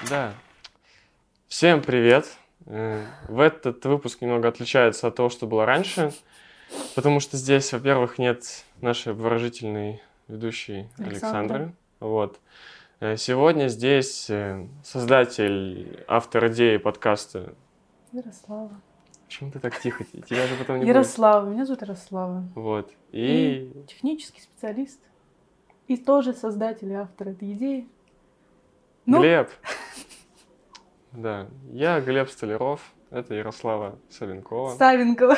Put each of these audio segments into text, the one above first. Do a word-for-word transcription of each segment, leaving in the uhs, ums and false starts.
Да. Всем привет. В этот выпуск немного отличается от того, что было раньше, потому что здесь, во-первых, нет нашей обворожительной ведущей Александра. Александры. Вот. Сегодня здесь создатель, автор идеи подкаста. Ярослава. Почему ты так тихо? Тебя же потом не Ярослава. Меня зовут Ярослава. Вот. И... и технический специалист. И тоже создатель и автор этой идеи. Ну... Глеб. Да, я Глеб Столяров, это Ярослава Савенкова. Савенкова.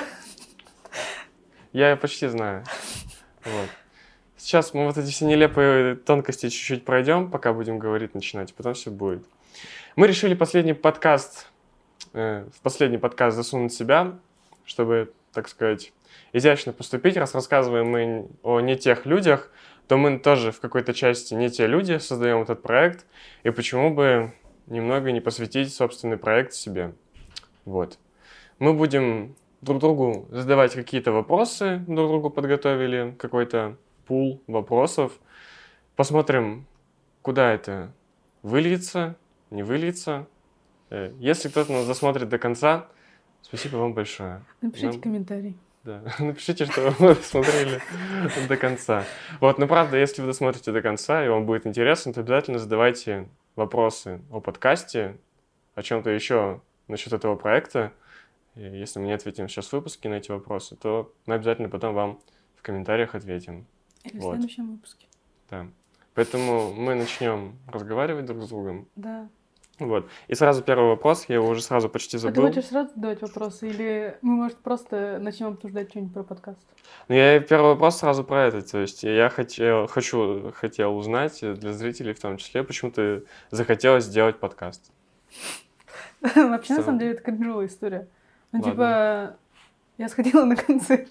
Я ее почти знаю. Вот. Сейчас мы вот эти все нелепые тонкости чуть-чуть пройдем, пока будем говорить, начинать, потом все будет. Мы решили последний подкаст, э, в последний подкаст засунуть себя, чтобы, так сказать, изящно поступить. Раз рассказываем мы о не тех людях, то мы тоже в какой-то части не те люди, создаем этот проект, и почему бы немного не посвятить собственный проект себе. Вот. Мы будем друг другу задавать какие-то вопросы, друг другу подготовили какой-то пул вопросов. Посмотрим, куда это выльется, не выльется. Если кто-то нас досмотрит до конца, спасибо вам большое. Напишите Нам... комментарий. Да, напишите, что вы досмотрели до конца. Вот, но правда, если вы досмотрите до конца и вам будет интересно, то обязательно задавайте вопросы о подкасте, о чем-то еще насчет этого проекта. И если мы не ответим сейчас в выпуске на эти вопросы, то мы обязательно потом вам в комментариях ответим. Или вот. в следующем выпуске. Да. Поэтому мы начнем разговаривать друг с другом. Да. Вот. И сразу первый вопрос, я его уже сразу почти забыл. А ты хочешь сразу задавать вопросы, или мы, может, просто начнем обсуждать что-нибудь про подкаст? Ну, я первый вопрос сразу про это. То есть я хотел, хочу, хотел узнать, для зрителей в том числе, почему ты захотелось сделать подкаст. Вообще, на самом деле, это кринжовая история. Ну, типа, я сходила на концерт,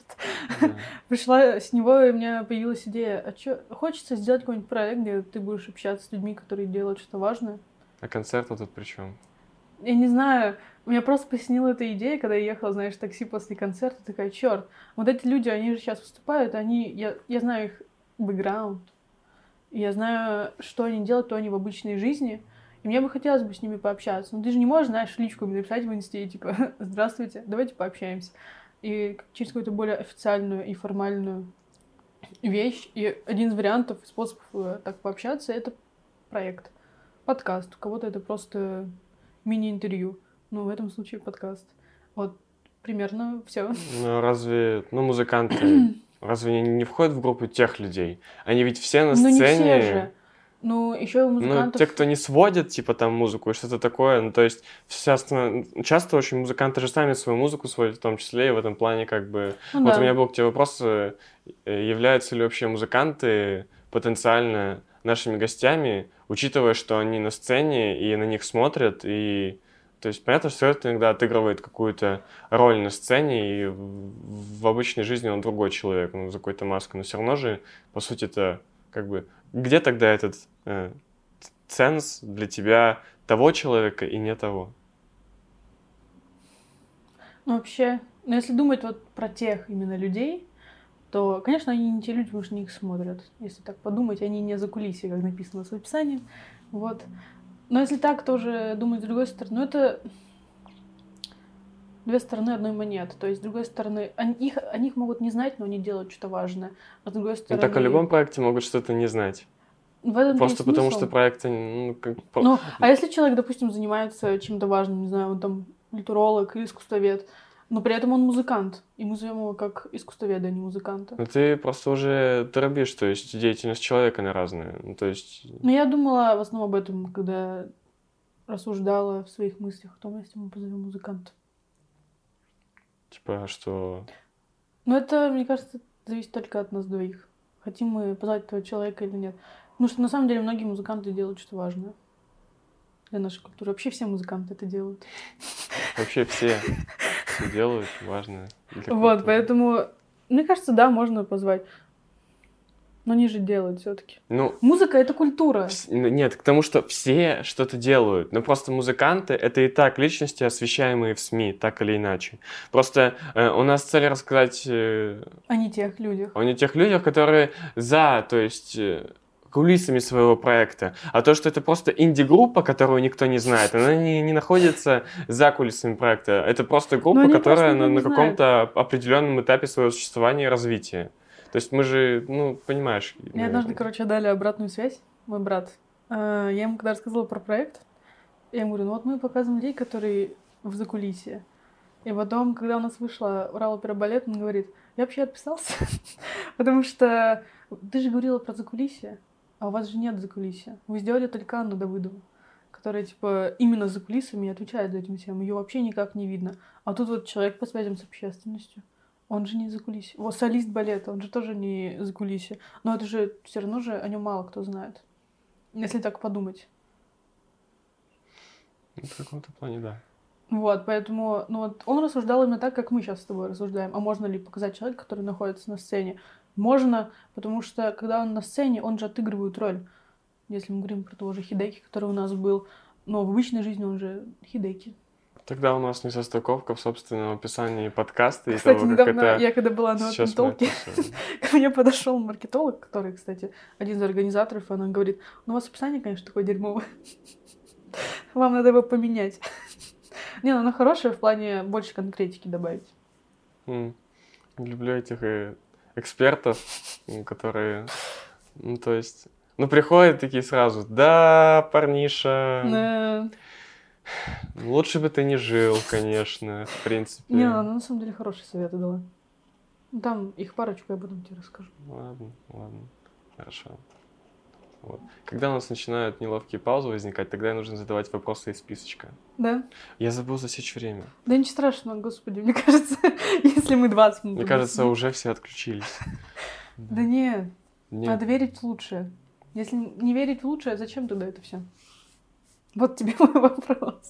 пришла с него, и у меня появилась идея, а что, хочется сделать какой-нибудь проект, где ты будешь общаться с людьми, которые делают что-то важное. А концерт тут при чем? Я не знаю, у меня просто посетила эта идея, когда я ехала, знаешь, в такси после концерта, такая, черт, вот эти люди, они же сейчас выступают, они, я, я знаю их бэкграунд, я знаю, что они делают, то они в обычной жизни, и мне бы хотелось бы с ними пообщаться. Но ты же не можешь, знаешь, личку написать в инсте, типа, здравствуйте, давайте пообщаемся. И через какую-то более официальную и формальную вещь. И один из вариантов, способов так пообщаться, это проект. Подкаст. У кого-то это просто мини-интервью. Ну, в этом случае подкаст. Вот примерно все. Ну, разве, ну, музыканты, разве не, не входят в группу тех людей? Они ведь все на сцене... Ну, не все же. Ну, еще у музыкантов... Ну, те, кто не сводит, типа, там, музыку и что-то такое, ну, то есть, вся, часто очень музыканты же сами свою музыку сводят, в том числе, и в этом плане, как бы... Ну, вот да. у меня был к тебе вопрос, являются ли вообще музыканты потенциально нашими гостями, учитывая, что они на сцене, и на них смотрят, и... То есть, понятно, что это иногда отыгрывает какую-то роль на сцене, и в обычной жизни он другой человек, ну, за какой-то маской, но все равно же, по сути, это, как бы... Где тогда этот э, ценз для тебя того человека и не того? Ну, вообще, ну, если думать вот про тех именно людей, то, конечно, они не те люди, потому что на них смотрят. Если так подумать, они не за кулисье, как написано в описании. Вот. Но если так тоже думать с другой стороны, ну, это две стороны одной монеты. То есть, с другой стороны, они их, они их могут не знать, но они делают что-то важное. А с другой стороны... Ну, так о любом проекте могут что-то не знать. В этом Просто потому, что проекты... Ну, как... ну, а если человек, допустим, занимается чем-то важным, не знаю, он там культуролог или искусствовед, но при этом он музыкант, и мы зовем его как искусствоведа, а не музыканта. Ну, ты просто уже дробишь, то есть деятельность человека на разные. Ну, то есть... Ну, я думала в основном об этом, когда рассуждала в своих мыслях о том, если мы позовем музыканта. Типа, что... Ну, это, мне кажется, зависит только от нас двоих. Хотим мы позвать этого человека или нет. Потому что, на самом деле, многие музыканты делают что-то важное для нашей культуры. Вообще все музыканты это делают. Вообще все все делают важное. Вот, поэтому, мне кажется, да, можно позвать. Но они же делают все-таки. Ну, музыка — это культура. Вс- нет, к тому, что все что-то делают. Но просто музыканты — это и так личности, освещаемые в СМИ, так или иначе. Просто э, у нас цель рассказать... Э, о не тех людях. О не тех людях, которые за, то есть... Э, кулисами своего проекта. А то, что это просто инди-группа, которую никто не знает, она не, не находится за кулисами проекта. Это просто группа, которая на, на каком-то определенном этапе своего существования и развития. То есть мы же, ну, понимаешь... Мне однажды, короче, дали обратную связь, мой брат. Я ему когда рассказала про проект, я ему говорю, ну вот мы показываем людей, которые в закулисье. И потом, когда у нас вышла Урал-Операбалет, он говорит, я вообще отписался, потому что ты же говорила про закулисье, а у вас же нет закулисья. Вы сделали только Анну Давыдову, которая, типа, именно за кулисами отвечает за этим всем. Ее вообще никак не видно. А тут вот человек по связям с общественностью. Он же не за кулисье. Вот солист балета, он же тоже не за кулисье. Но это же все равно же о нем мало кто знает. Если так подумать. В каком-то плане, да. Вот, поэтому, ну вот, он рассуждал именно так, как мы сейчас с тобой рассуждаем. А можно ли показать человека, который находится на сцене? Можно, потому что, когда он на сцене, он же отыгрывает роль. Если мы говорим про того же Хидеки, который у нас был, но в обычной жизни он же Хидеки. Тогда у нас несостыковка в собственном описании подкаста. Кстати, и того, недавно как это я когда была на маркетолке, ко мне подошел маркетолог, который, кстати, один из организаторов, и он говорит, ну у вас описание, конечно, такое дерьмовое. Вам надо его поменять. Не, ну оно хорошее в плане больше конкретики добавить. Mm. Люблю этих и экспертов, которые, ну то есть, ну приходят такие сразу, да, парниша, Да. лучше бы ты не жил, конечно, в принципе. Не, она на самом деле хорошие советы дала. Там их парочку я потом тебе расскажу. Ладно, ладно, хорошо. Вот. Когда у нас начинают неловкие паузы возникать, тогда нужно задавать вопросы из списочка. Да? Я забыл засечь время. Да ничего страшного, господи. Мне кажется, если мы двадцать минут... Мне кажется, уже все отключились. Да нет, надо верить в лучшее. Если не верить в лучшее, зачем тогда это все? Вот тебе мой вопрос.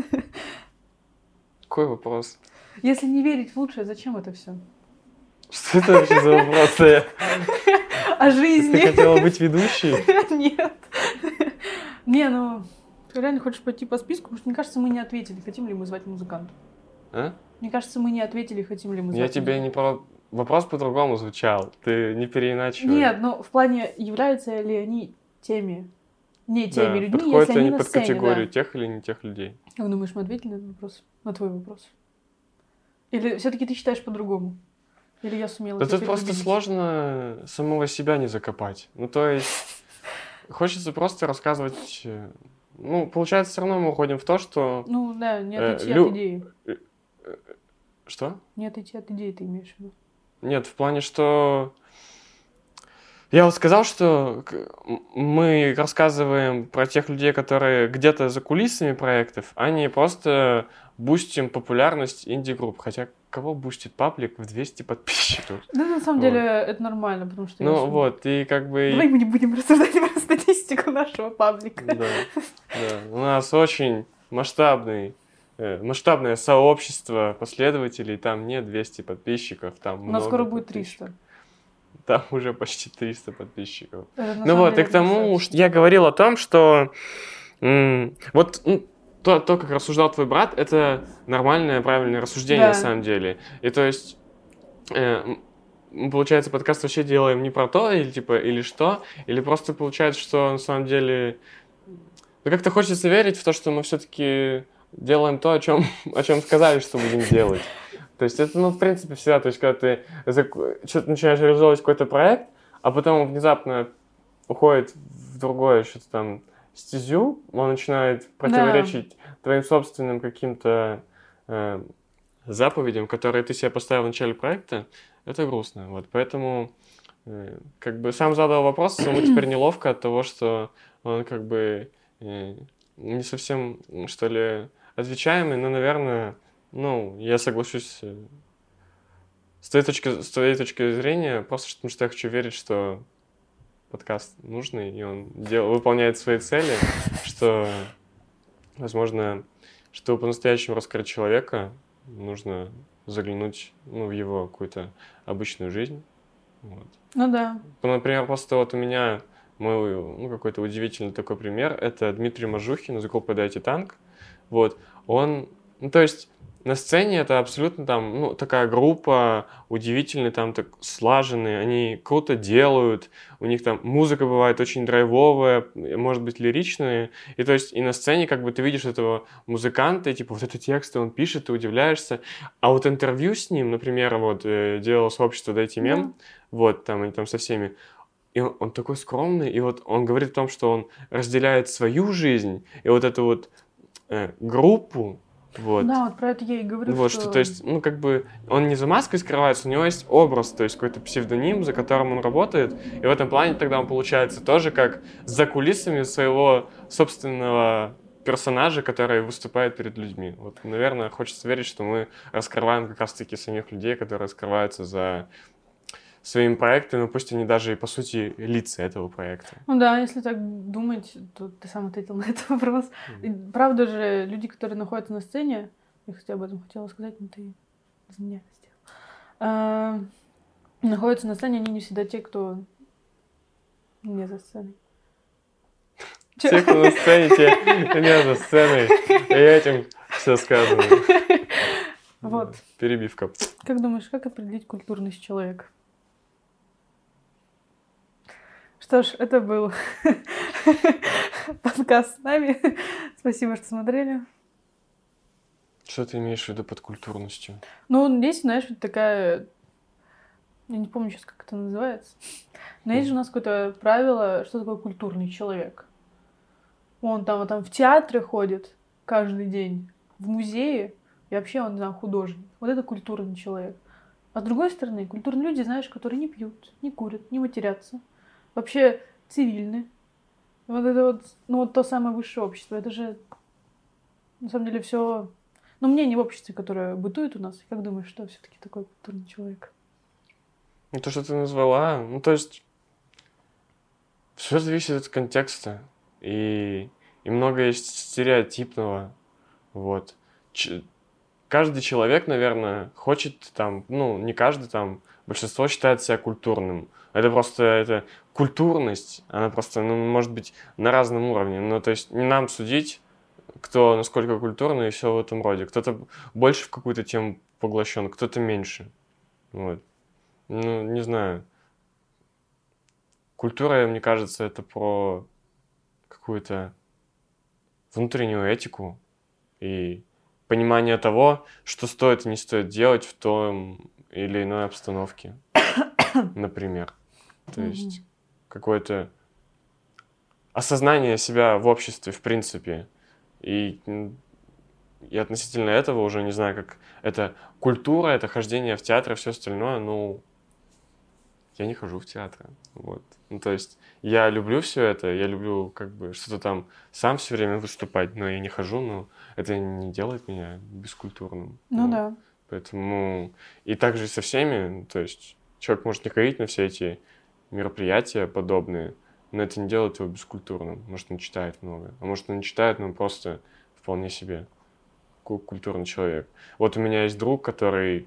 Какой вопрос? Если не верить в лучшее, зачем это все? Что это вообще за вопросы? О жизни. Ты хотела быть ведущей? Нет. Не, ну, ты реально хочешь пойти по списку? Потому что, мне кажется, мы не ответили, хотим ли мы звать музыкантов. А? Мне кажется, мы не ответили, хотим ли мы звать Я тебе не про... Вопрос по-другому звучал. Ты не переиначивай. Нет, но в плане, являются ли они теми, не теми да, людьми, подходят если они они на под сцене, категорию да. тех или не тех людей. Как думаешь, мы ответили на этот вопрос? На твой вопрос? Или все-таки ты считаешь по-другому? Или я сумела Да тебя тут просто переубедить? сложно самого себя не закопать. Ну, то есть, хочется просто рассказывать... Ну, получается, все равно мы уходим в то, что... Ну, да, не э, отойти лю... от идеи. Что? Не отойти от идеи, ты имеешь в виду? Нет, в плане, что... Я вот сказал, что мы рассказываем про тех людей, которые где-то за кулисами проектов, а не просто бустим популярность инди-групп. Хотя кого бустит паблик в двести подписчиков? Да, на самом Вот. деле это нормально, потому что... Ну я вот, и как бы... Давай мы не будем рассуждать про статистику нашего паблика. Да, да. У нас очень масштабный, э, масштабное сообщество последователей, там не двести подписчиков, там У нас скоро будет подписчиков. триста. Там уже почти триста подписчиков. Это, на Ну самом вот, деле, и к тому, потрясающе. что я говорил о том, что м, вот м, то, то, как рассуждал твой брат, это нормальное, правильное рассуждение Да. на самом деле. И то есть, э, мы, получается, подкаст вообще делаем не про то, или типа, или что, или просто получается, что на самом деле, ну как-то хочется верить в то, что мы все-таки делаем то, о чем, о чем сказали, что будем делать. То есть это, ну, в принципе, всегда, то есть когда ты зак- что-то начинаешь реализовывать какой-то проект, а потом внезапно уходит в другое что-то там стезю, он начинает противоречить твоим собственным каким-то э, заповедям, которые ты себе поставил в начале проекта, это грустно. Вот, поэтому э, как бы сам задал вопрос, ему теперь неловко от того, что он как бы э, не совсем, что ли, отвечаемый, но, наверное, ну, я соглашусь э, с твоей точки, с твоей точки зрения, просто потому что я хочу верить, что подкаст нужный, и он дел, выполняет свои цели, что, возможно, чтобы по-настоящему раскрыть человека, нужно заглянуть, ну, в его какую-то обычную жизнь. Вот. Ну да. Например, просто вот у меня мой, ну, какой-то удивительный такой пример, это Дмитрий Мажухин из группы «Дайте танк». Вот, он Ну, то есть на сцене это абсолютно там, ну, такая группа, удивительные, там так слаженные, они круто делают, у них там музыка бывает очень драйвовая, может быть, лиричная, и то есть и на сцене как бы ты видишь этого музыканта, и типа вот это тексты он пишет, ты удивляешься, а вот интервью с ним, например, вот э, делал сообщество «Дайте мем», Да. вот там они там со всеми, и он, он такой скромный, и вот он говорит о том, что он разделяет свою жизнь и вот эту вот э, группу, вот. Да, вот про это я и говорю, Вот, что... что, то есть, ну, как бы, он не за маской скрывается, у него есть образ, то есть какой-то псевдоним, за которым он работает, и в этом плане тогда он получается тоже как за кулисами своего собственного персонажа, который выступает перед людьми. Вот, наверное, хочется верить, что мы раскрываем как раз-таки самих людей, которые скрываются за своими проектами, пусть они даже и, по сути, лица этого проекта. Ну да, если так думать, то ты сам ответил на этот вопрос. И правда же, люди, которые находятся на сцене, я, кстати, об этом хотела сказать, но ты за меня это сделал, а, находятся на сцене, они не всегда те, кто не за сценой. Те, кто на сцене, те не за сценой. И этим все сказано. Вот. Перебивка. Как думаешь, как определить культурность человека? Что ж, это был подкаст с нами. Спасибо, что смотрели. Что ты имеешь в виду под культурностью? Ну, есть, знаешь, вот такая... Я не помню сейчас, как это называется. Но есть же у нас какое-то правило, что такое культурный человек. Он там, вот там в театре ходит каждый день, в музее, и вообще он, не знаю, художник. Вот это культурный человек. А с другой стороны, культурные люди, знаешь, которые не пьют, не курят, не матерятся. Вообще цивильны. Вот это вот, ну вот то самое высшее общество. Это же, на самом деле, все... Ну, мнение в обществе, которое бытует у нас. Как думаешь, что все-таки такой культурный человек? Ну, то, что ты назвала, ну, то есть, все зависит от контекста, и, и много есть стереотипного, вот. Ч- каждый человек, наверное, хочет там, ну, не каждый там, большинство считает себя культурным. Это просто, это культурность, она просто, ну, может быть на разном уровне, ну, то есть не нам судить, кто насколько культурный и все в этом роде. Кто-то больше в какую-то тему поглощен, кто-то меньше, вот. Ну, не знаю. Культура, мне кажется, это про какую-то внутреннюю этику и понимание того, что стоит и не стоит делать в том или иной обстановке, например. То есть какое-то осознание себя в обществе, в принципе. И, и относительно этого уже не знаю, как это культура, это хождение в театр и все остальное, ну, я не хожу в театр, вот. Ну, то есть я люблю все это, я люблю как бы что-то там сам все время выступать, но я не хожу, но это не делает меня бескультурным. Ну вот. да. Поэтому и также со всеми, то есть человек может не ходить на все эти мероприятия подобные, но это не делает его бескультурным. Может, он читает много, а может, он не читает, но он просто вполне себе культурный человек. Вот у меня есть друг, который,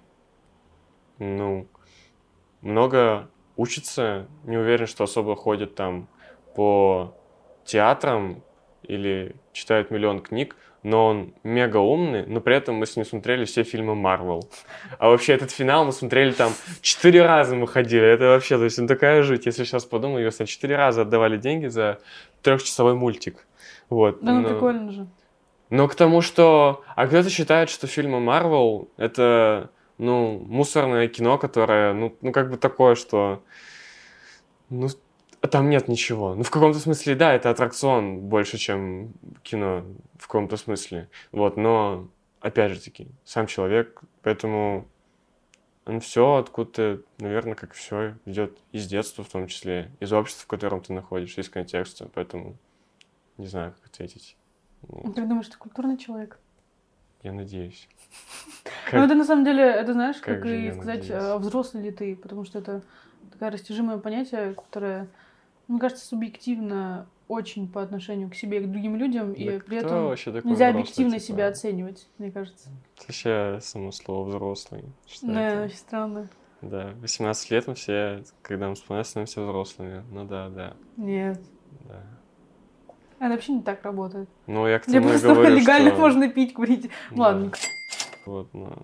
ну, много учится, не уверен, что особо ходит там по театрам или читает миллион книг, но он мега умный, но при этом мы с ним смотрели все фильмы Марвел. А вообще этот финал мы смотрели там четыре раза мы ходили. Это вообще, то есть он такая жуть. Если сейчас подумаю, если четыре раза отдавали деньги за трехчасовой мультик. Вот. Да, ну но... прикольно же. Но к тому, что... А кто-то считает, что фильмы Марвел — это, ну, мусорное кино, которое, ну, ну, как бы такое, что... Ну, там нет ничего. Ну, в каком-то смысле, да, это аттракцион больше, чем кино, в каком-то смысле. Вот, но, опять же таки, сам человек, поэтому он все откуда-то, наверное, как все, идет из детства в том числе, из общества, в котором ты находишься, из контекста, поэтому не знаю, как ответить. Ты думаешь, ты культурный человек? Я надеюсь. Ну, это на самом деле, это знаешь, как как же и я сказать, надеюсь. а взрослый ли ты, потому что это такое растяжимое понятие, которое, мне кажется, субъективно очень по отношению к себе и к другим людям, Да и при кто этом вообще такой нельзя взрослый, объективно типа? себя оценивать, мне кажется. Вообще само слово «взрослый». Что Да, это? очень странно. Да, восемнадцать лет мы все, когда мы вспоминаем, становимся взрослыми. Ну да, да, Нет. да. Это вообще не так работает. Ну, я к Где тому и просто говорю, легально что... можно пить, курить. Ну, Да. ладно. Вот, ну...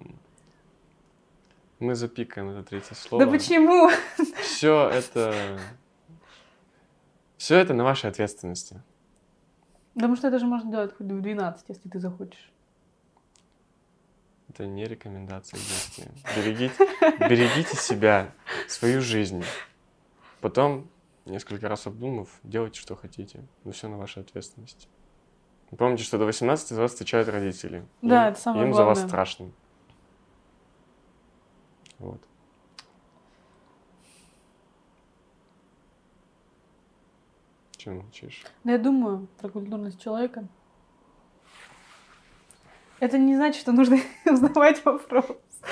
Мы запикаем это третье слово. Да почему? Все это... Все это на вашей ответственности. Потому что это же можно делать хоть в двенадцать, если ты захочешь. Это не рекомендация к действию. Берегите, берегите себя, свою жизнь. Потом, несколько раз обдумав, делайте, что хотите. Но все на вашей ответственности. Помните, что до восемнадцати за вас встречают родители. Да, Им, это самое им главное. за вас страшно. Вот. Чего молчишь? Да я думаю про культурность человека. Это не значит, что нужно задавать вопрос.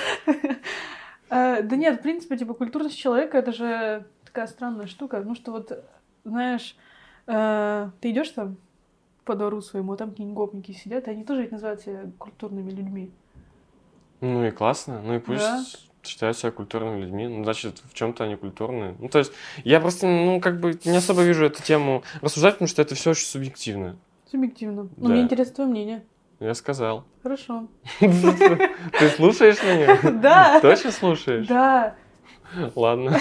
Да нет, в принципе, типа, культурность человека — это же такая странная штука. Ну что вот, знаешь, ты идешь там по двору своему, а там какие-нибудь гопники сидят, и они тоже ведь называют себя культурными людьми. Ну и классно. Ну и пусть Да. считают себя культурными людьми. Ну, значит, в чем-то они культурные. Ну, то есть, я просто, ну, как бы не особо вижу эту тему рассуждать, потому что это все очень субъективно. Субъективно. Да. Но мне интересно твое мнение. Я сказал. Хорошо. Ты слушаешь меня? Да. Точно слушаешь? Да. Ладно.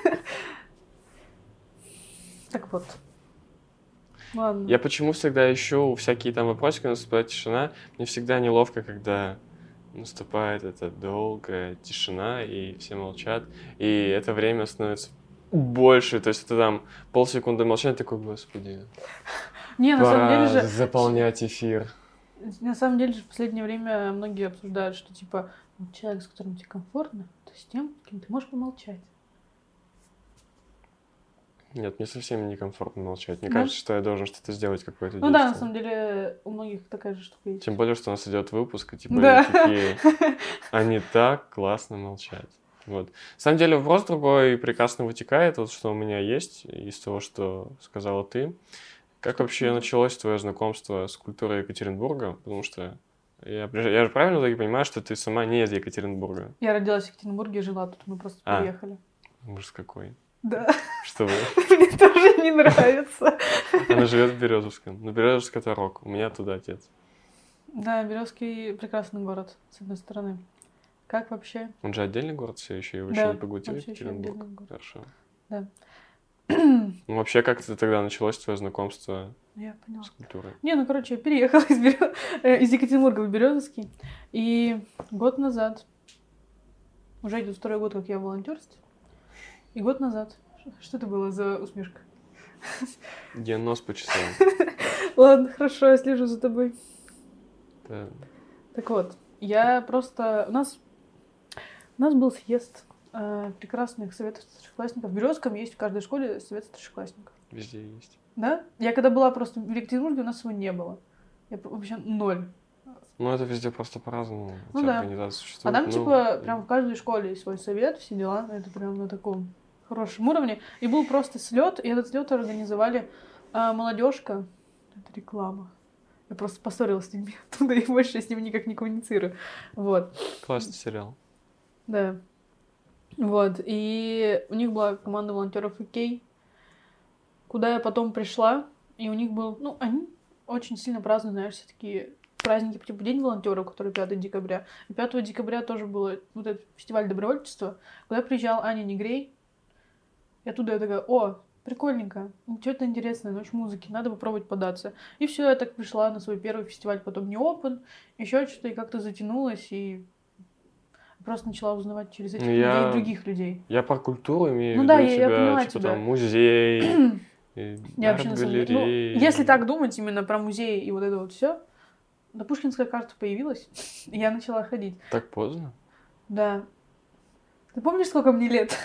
Так вот. Ладно. Я почему всегда ищу всякие там вопросики, наступает тишина. Мне всегда неловко, когда наступает эта долгая тишина, и все молчат. И это время становится больше. То есть это там полсекунды молчания, такой, господи. Не, на самом деле Пора же... заполнять эфир. На самом деле же в последнее время многие обсуждают, что типа ну, человек, с которым тебе комфортно, то с тем, с кем ты можешь помолчать. Нет, мне совсем некомфортно молчать. Мне Да? кажется, что я должен что-то сделать, какое-то Ну действие. да, на самом деле у многих такая же штука есть. Тем более, что у нас идет выпуск, и типа Да. такие, они так классно молчат. Вот. На самом деле вопрос другой прекрасно вытекает, вот что у меня есть из того, что сказала ты. Как вообще началось твое знакомство с культурой Екатеринбурга? Потому что я, я же правильно таки понимаю, что ты сама не из Екатеринбурга. Я родилась в Екатеринбурге, жила тут, мы просто А. переехали. Ужас какой. Да. Что вы? Мне тоже не нравится. Она живет в Березовском. Но Березовск — это рок. У меня туда отец. Да, Березский прекрасный город, с одной стороны. Как вообще? Он же отдельный город все еще, его Да, еще не поглотил он всё ещё Екатеринбург. отдельный город. Хорошо. Да. Ну, вообще, как это тогда началось, твое знакомство Я поняла. с культурой? Не, ну, короче, я переехала из, Берё- э, из Екатеринбурга в Березовский. И год назад, уже идет второй год, как я в волонтерстве. И год назад, ш- что это было за усмешка? Я нос почесал. Ладно, хорошо, я слежу за тобой. Да. Так вот, я просто... У нас, у нас был съезд э, прекрасных советов старшеклассников. В Березском есть в каждой школе совет старшеклассников. Везде есть. Да? Я когда была просто в Екатеринбурге, у нас его не было. Я п- вообще ноль. Ну, это везде просто по-разному. Ну Эти да. организации А существуют. там, Ну, типа, прям в каждой школе есть свой совет, все дела. Это прям на таком хорошем уровне. И был просто слет, и этот слет организовали а, молодежка. Это реклама. Я просто поссорилась с ними оттуда, и больше я с ними никак не коммуницирую. Вот. Классный сериал. Да. Вот. И у них была команда волонтеров Икей, куда я потом пришла, и у них был... Ну, они очень сильно празднуют, знаешь, все такие праздники, типа День волонтеров, который пятого декабря. И пятого декабря тоже был вот этот фестиваль добровольчества, куда приезжал Аня Негрей. И оттуда я такая, о, прикольненько, что-то интересное, ночь музыки, надо попробовать податься. И все, я так пришла на свой первый фестиваль, потом не Open, еще что-то, и как-то затянулась, и просто начала узнавать через этих Ну, я- людей других людей. Я про культуру имею Ну в виду да, я- я тебя, поняла типа тебя. там музей, и Я вообще на самом деле... Ну, арт-галереи. если так думать именно про музей и вот это вот все, да, Пушкинская карта появилась, и я начала ходить. Так поздно? Да. Ты помнишь, сколько мне лет?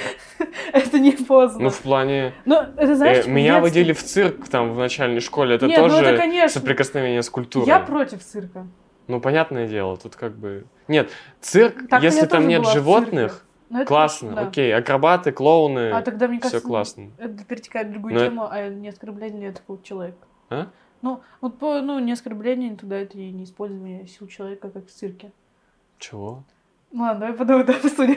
Это не поздно. Ну, в плане... Ну, это знаешь, э, типа, меня в детстве- водили в цирк там в начальной школе. Это Нет, ну тоже это, конечно. соприкосновение с культурой. Я против цирка. Ну, понятное дело, тут как бы... Нет, цирк, Так-то если я там тоже нет была в животных, цирке. Но это- классно, да. окей. Акробаты, клоуны, А тогда, мне все кажется, классно. это перетекает в другую Но тему, а не оскорбление такого человека. А? Ну, вот по, ну, не оскорбление, тогда это и не использование сил человека, как в цирке. Чего? Ну ладно, давай потом это обсудим.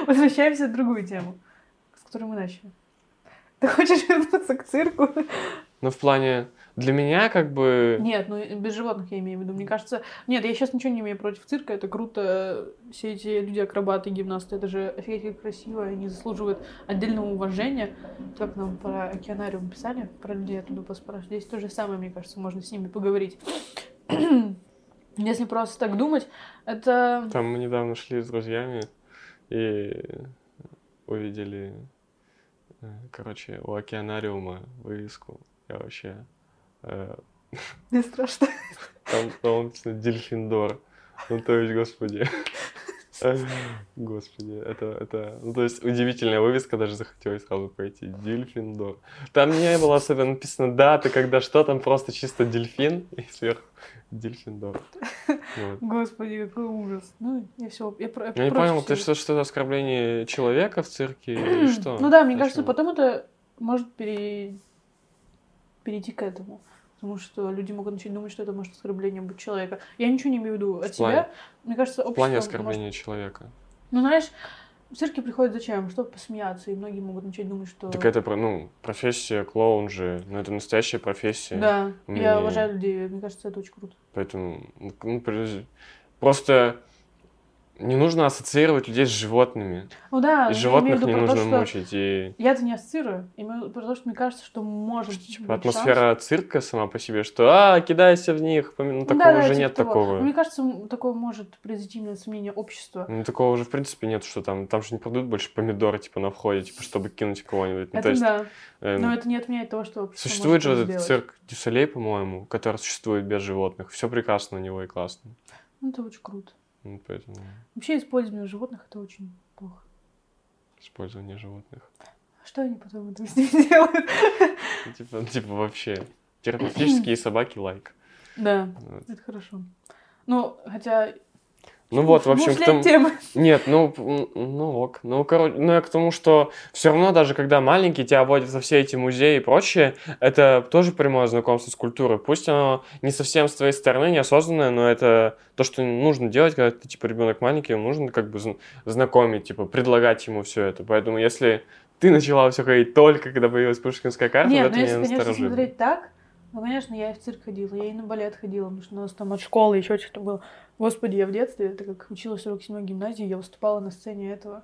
Возвращаемся в другую тему, с которой мы начали. Ты хочешь вернуться к цирку? Ну, в плане, для меня как бы... Нет, ну без животных я имею в виду. Мне кажется... Нет, я сейчас ничего не имею против цирка. Это круто. Все эти люди-акробаты, гимнасты, это же офигеть как красиво. Они заслуживают отдельного уважения. Как нам про океанариум писали, про людей оттуда поспрашивать. Здесь то же самое, мне кажется, можно с ними поговорить. Если просто так думать, это... Там мы недавно шли с друзьями и увидели, короче, у океанариума вывеску. Я вообще... Э, Мне страшно. Там, там написано «Дельфиндор». Ну, то есть, господи. Господи, это, это... Ну, то есть, удивительная вывеска, даже захотелось сразу пойти. Дельфиндор. Там не было особенно написано даты, когда что, там просто чисто дельфин и сверху Дельфиндор. Вот. Господи, какой ужас. Ну, я все, я, про, я не понял, ты что, что это оскорбление человека в цирке или что? Ну да, мне Зачем? кажется, потом это может пере... перейти к этому. Потому что люди могут начать думать, что это может оскорбление быть человека. Я ничего не имею в виду от В плане- себя. Мне кажется, общество... В плане оскорбления может- человека. Ну, знаешь, в цирке приходят зачем? Чтобы посмеяться. И многие могут начать думать, что... Так это, про- ну, профессия клоун же, ну, это настоящая профессия. Да, Мне- я уважаю людей. Мне кажется, это очень круто. Поэтому, ну, при- просто не нужно ассоциировать людей с животными. Ну да, И я животных имею в виду не про нужно то, что... мучить. И Я-то не ассоциирую. Я имею в виду про то, что мне кажется, что может типа, быть атмосфера цирка сама по себе, что «а, кидайся в них», ну, шанс. такого Да, да, же типа нет того. такого. Но мне кажется, м, такое может произойти именно сомнение общества. Ну, такого уже, в принципе, нет, что там, там же не продают больше помидоры, типа, на входе, типа, чтобы кинуть кого-нибудь. Ну, Это то есть, да. эм, Но это не отменяет того, что общество существует же может вот этот сделать. цирк Дюсалей, по-моему, который существует без животных. Все прекрасно у него и классно. Ну, это очень круто. Ну, поэтому Вообще использование животных это очень плохо. использование животных. А что они потом это с ними делают? Ну, Типа, типа вообще. Терапевтические собаки лайк. Да, Вот. это хорошо. Ну, хотя... Ну вот, в общем, ушли к тому- от темы. Нет, ну, м, ну ок. Ну, короче, ну я к тому, что все равно, даже когда маленький, тебя водят во все эти музеи и прочее, это тоже прямое знакомство с культурой. Пусть оно не совсем с твоей стороны, неосознанное, но это то, что нужно делать, когда ты, типа, ребенок маленький, ему нужно как бы зн- знакомить, типа, предлагать ему все это. Поэтому если ты начала все ходить только, когда появилась пушкинская карта, Нет, это ну меня если, конечно, насторожило. смотреть так, ну, конечно, я и в цирк ходила, я и на балет ходила, потому что у нас там от школы еще что-то было. Господи, я в детстве, это как училась в сорок седьмой гимназии, я выступала на сцене этого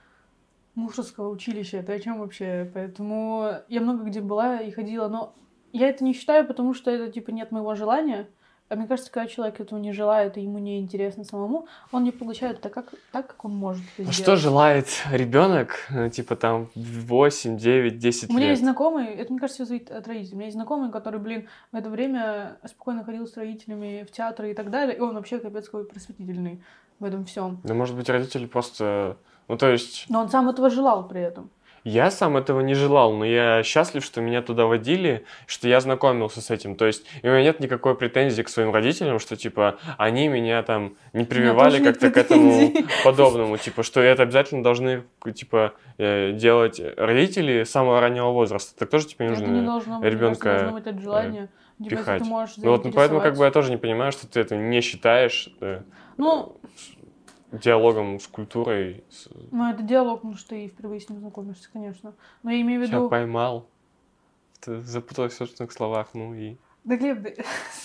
мусорского училища. Это о чем вообще? Поэтому я много где была и ходила, но я это не считаю, потому что это, типа, нет моего желания. А мне кажется, когда человек этого не желает, и ему не интересно самому, он не получает так, как, так, как он может это А сделать. что желает ребенок, э, типа там восемь, девять, десять У меня лет? есть знакомый, это, мне кажется, зависит от родителей. У меня есть знакомый, который, блин, в это время спокойно ходил с родителями в театры и так далее, и он вообще капец какой просветительный в этом всем. Да, может быть, родители просто... Ну, то есть, Но он сам этого желал при этом. я сам этого не желал, но я счастлив, что меня туда водили, что я знакомился с этим. То есть, и у меня нет никакой претензии к своим родителям, что, типа, они меня там не прививали тоже нет как-то к этому претензий. подобному. Типа, что это обязательно должны, типа, э, делать родители с самого раннего возраста. Так тоже, типа, не Это нужно... не должно быть, ребенка, мне кажется, должно быть от желания. Типа, если пихать. ты можешь Ну вот, ну, поэтому как бы я заинтересовать- тоже не понимаю, что ты это не считаешь э, Ну, диалогом с культурой. с- ну, это диалог, ну, что ты впервые с ним знакомишься, конечно. Но я имею в Тебя виду... поймал. Ты запуталась в собственных словах, ну и... Да, Глеб, да-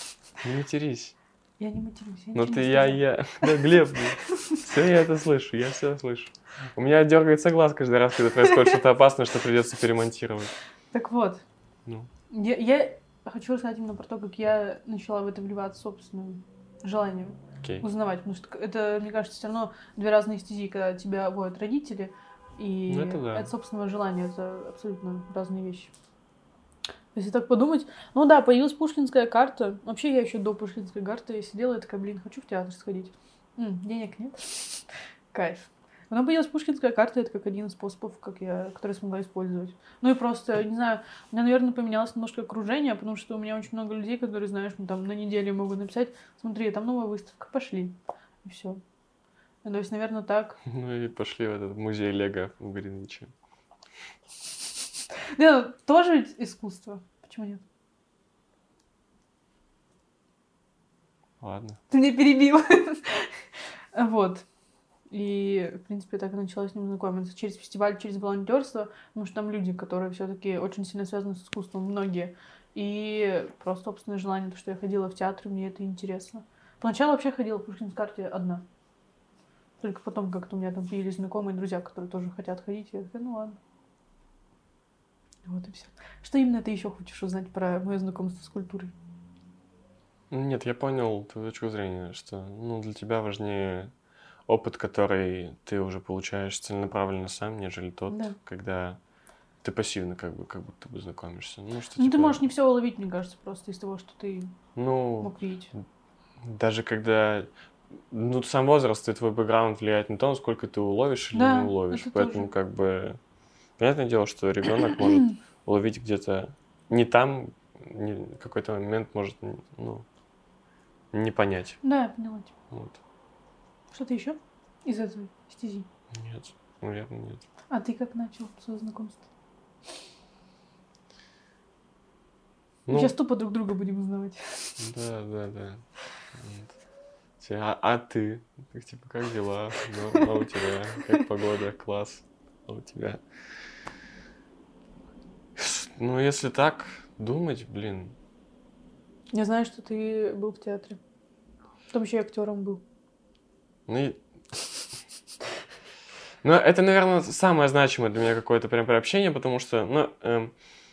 Не матерись. я не матерюсь. Я Ну ничего ты, не я, сказала. я. Да, Глеб, все я это слышу, я все слышу. У меня дергается глаз каждый раз, когда происходит что-то опасное, что придется перемонтировать. Так вот, Ну, я, я хочу рассказать именно про то, как я начала в это вливаться собственным желанием окей. узнавать. Потому что это, мне кажется, все равно две разные стези, когда тебя водят родители, и Ну, это да. от собственного желания. Это абсолютно разные вещи. Если так подумать, ну да, появилась пушкинская карта. Вообще, я еще до пушкинской карты я сидела и такая, блин, хочу в театр сходить. М, денег нет. Кайф. Потом появилась пушкинская карта, это как один из способов, как я, который я смогла использовать. Ну и просто, не знаю, у меня, наверное, поменялось немножко окружение, потому что у меня очень много людей, которые, знаешь, ну, там на неделю могут написать, смотри, там новая выставка, пошли. И все. То есть, наверное, так. Ну и пошли в этот музей Лего в Гринвиче. Не, ну, тоже ведь искусство. Почему нет? Ладно. Ты меня перебил. Вот. И, в принципе, так и начала с ним знакомиться. Через фестиваль, через волонтерство, потому что там люди, которые все-таки очень сильно связаны с искусством, многие. И просто собственное желание, то, что я ходила в театр, мне это интересно. Поначалу вообще ходила в Пушкинскарте одна. Только потом как-то у меня там появились знакомые друзья, которые тоже хотят ходить. И я такая, ну ладно. Вот и все. Что именно ты еще хочешь узнать про мое знакомство с культурой? Нет, я понял твою точку зрения, что ну, для тебя важнее опыт, который ты уже получаешь целенаправленно сам, нежели тот, Да. когда ты пассивно как бы, как будто бы знакомишься. Ну, что, Ну, типа, ты можешь не все уловить, мне кажется, просто из того, что ты ну, мог видеть. даже когда ну, сам возраст и твой бэкграунд влияет на то, насколько ты уловишь или Да, не уловишь. это Поэтому, тоже. как бы, понятное дело, что ребенок может уловить где-то не там, не, какой-то момент может ну, не понять. Да, я поняла тебя. Вот. Что-то еще из этой стези? Нет, наверное, нет. А ты как начал свое знакомство? Мы Ну, сейчас тупо друг друга будем узнавать. да, да, да. Вот. А, а ты? Как, типа, как дела? Ну, а у тебя? Как погода? Класс. А у тебя? Ну, если так думать, блин. Я знаю, что ты был в театре. Потом еще и актером был. Ну, и... ну, это, наверное, самое значимое для меня какое-то прям приобщение, потому что, ну, эм,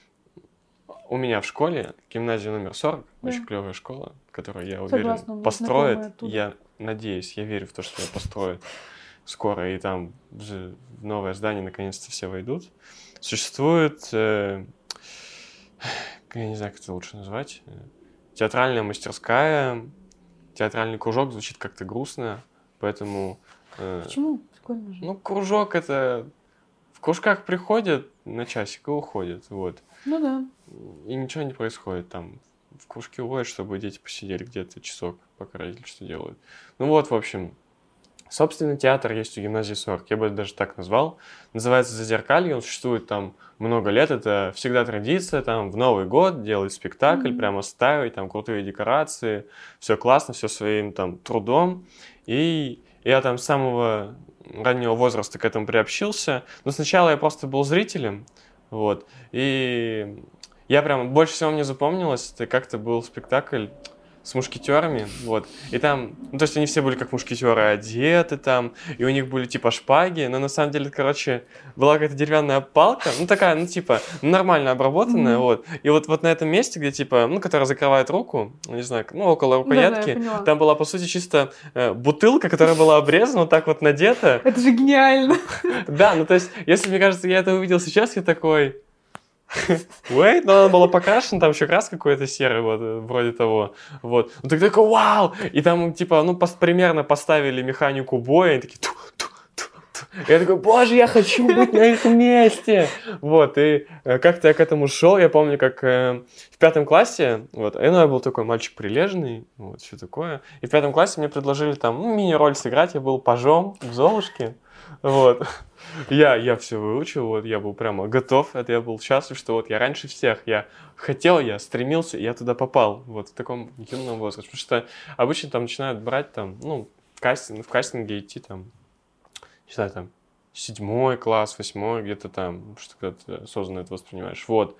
у меня в школе, гимназия номер сорок, Да. очень клевая школа, которую, я Согласна, у уверен, меня знакомые построят. оттуда. Я надеюсь, я верю в то, что ее построят скоро, и там в новое здание наконец-то все войдут. Существует, э, я не знаю, как это лучше назвать, театральная мастерская, театральный кружок, звучит как-то грустно, поэтому... Э, Почему? Прикольно же. ну, кружок это... В кружках приходят на часик и уходят, вот. Ну да. И ничего не происходит там. В кружке уводят, чтобы дети посидели где-то часок, пока родители что делают. Ну вот, в общем, собственный театр есть у гимназии сорок, я бы это даже так назвал. Называется «Зазеркалье», он существует там много лет, это всегда традиция, там в Новый год делать спектакль, Mm-hmm. прямо ставить, там крутые декорации, все классно, все своим там трудом. И я там с самого раннего возраста к этому приобщился, но сначала я просто был зрителем, вот, и я прям, больше всего мне запомнилось, это как-то был спектакль с мушкетерами, вот, и там, ну, то есть они все были как мушкетеры одеты там, и у них были типа шпаги, но на самом деле, короче, была какая-то деревянная палка, ну, такая, ну, типа, нормально обработанная, mm-hmm. вот, и вот, вот на этом месте, где, типа, ну, которая закрывает руку, не знаю, ну, около рукоятки, да, да, там была, по сути, чисто э, бутылка, которая была обрезана, вот так вот надета. Это же гениально! Да, ну, то есть, если, мне кажется, я это увидел сейчас, я такой... Wait, но она была покрашена, там еще крас какой-то серый, вот, вроде того, вот. Ну, ты такой, вау! И там, типа, ну, пос- примерно поставили механику боя, и они такие, ту-ту-ту-ту. И я такой, боже, я хочу быть на их месте! Вот, и э, как-то я к этому шел, я помню, как э, в пятом классе, вот, и, ну, я был такой мальчик прилежный, вот, все такое, и в пятом классе мне предложили там, ну, мини-роль сыграть, я был пажом в «Золушке», вот. Я, я все выучил, вот, я был прямо готов, это я был счастлив, что вот я раньше всех, я хотел, я стремился, я туда попал, вот, в таком юном возрасте, потому что обычно там начинают брать, там, ну, кастинг, в кастинге идти, там, не знаю, там, седьмой класс, восьмой, где-то там, что когда ты осознанно это воспринимаешь, вот,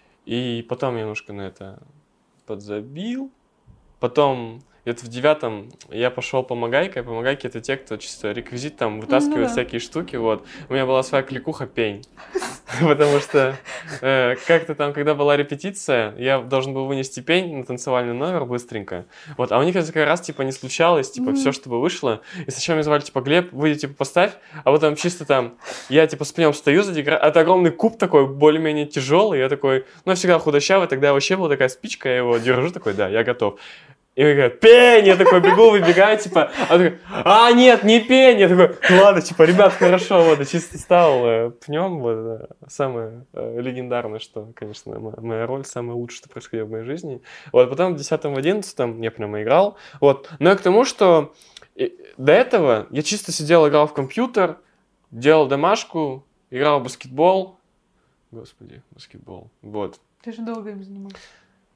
и потом я немножко на это подзабил, потом... Это в девятом я пошел помогайкой. Помогайки — это те, кто чисто реквизит там вытаскивает ну, да. всякие штуки. Вот. У меня была своя кликуха пень. Потому что э, как-то там, когда была репетиция, я должен был вынести пень на танцевальный номер быстренько. Вот. А у них это как раз типа не случалось, типа mm-hmm. все, чтобы вышло. И сначала меня звали, типа, Глеб, выйди, типа, поставь. А потом чисто там, я типа с пнем стою за декора... Это огромный куб такой, более-менее тяжелый. Я такой, ну, я всегда худощавый, тогда вообще была такая спичка, я его держу, такой, да, я готов. И мне говорят, пень! Я такой бегу, выбегаю, типа, а такой, а, нет, не пень! Я такой, ладно, типа, ребят, хорошо, вот, и чисто стал э, пнем, вот, э, самое э, легендарное, что, конечно, моя, моя роль, самое лучшее, что происходило в моей жизни. Вот, потом в десятом-одиннадцатом я прямо играл, вот, но и к тому, что и, до этого я чисто сидел, играл в компьютер, делал домашку, играл в баскетбол, господи, баскетбол, вот. Ты же долго им занимался.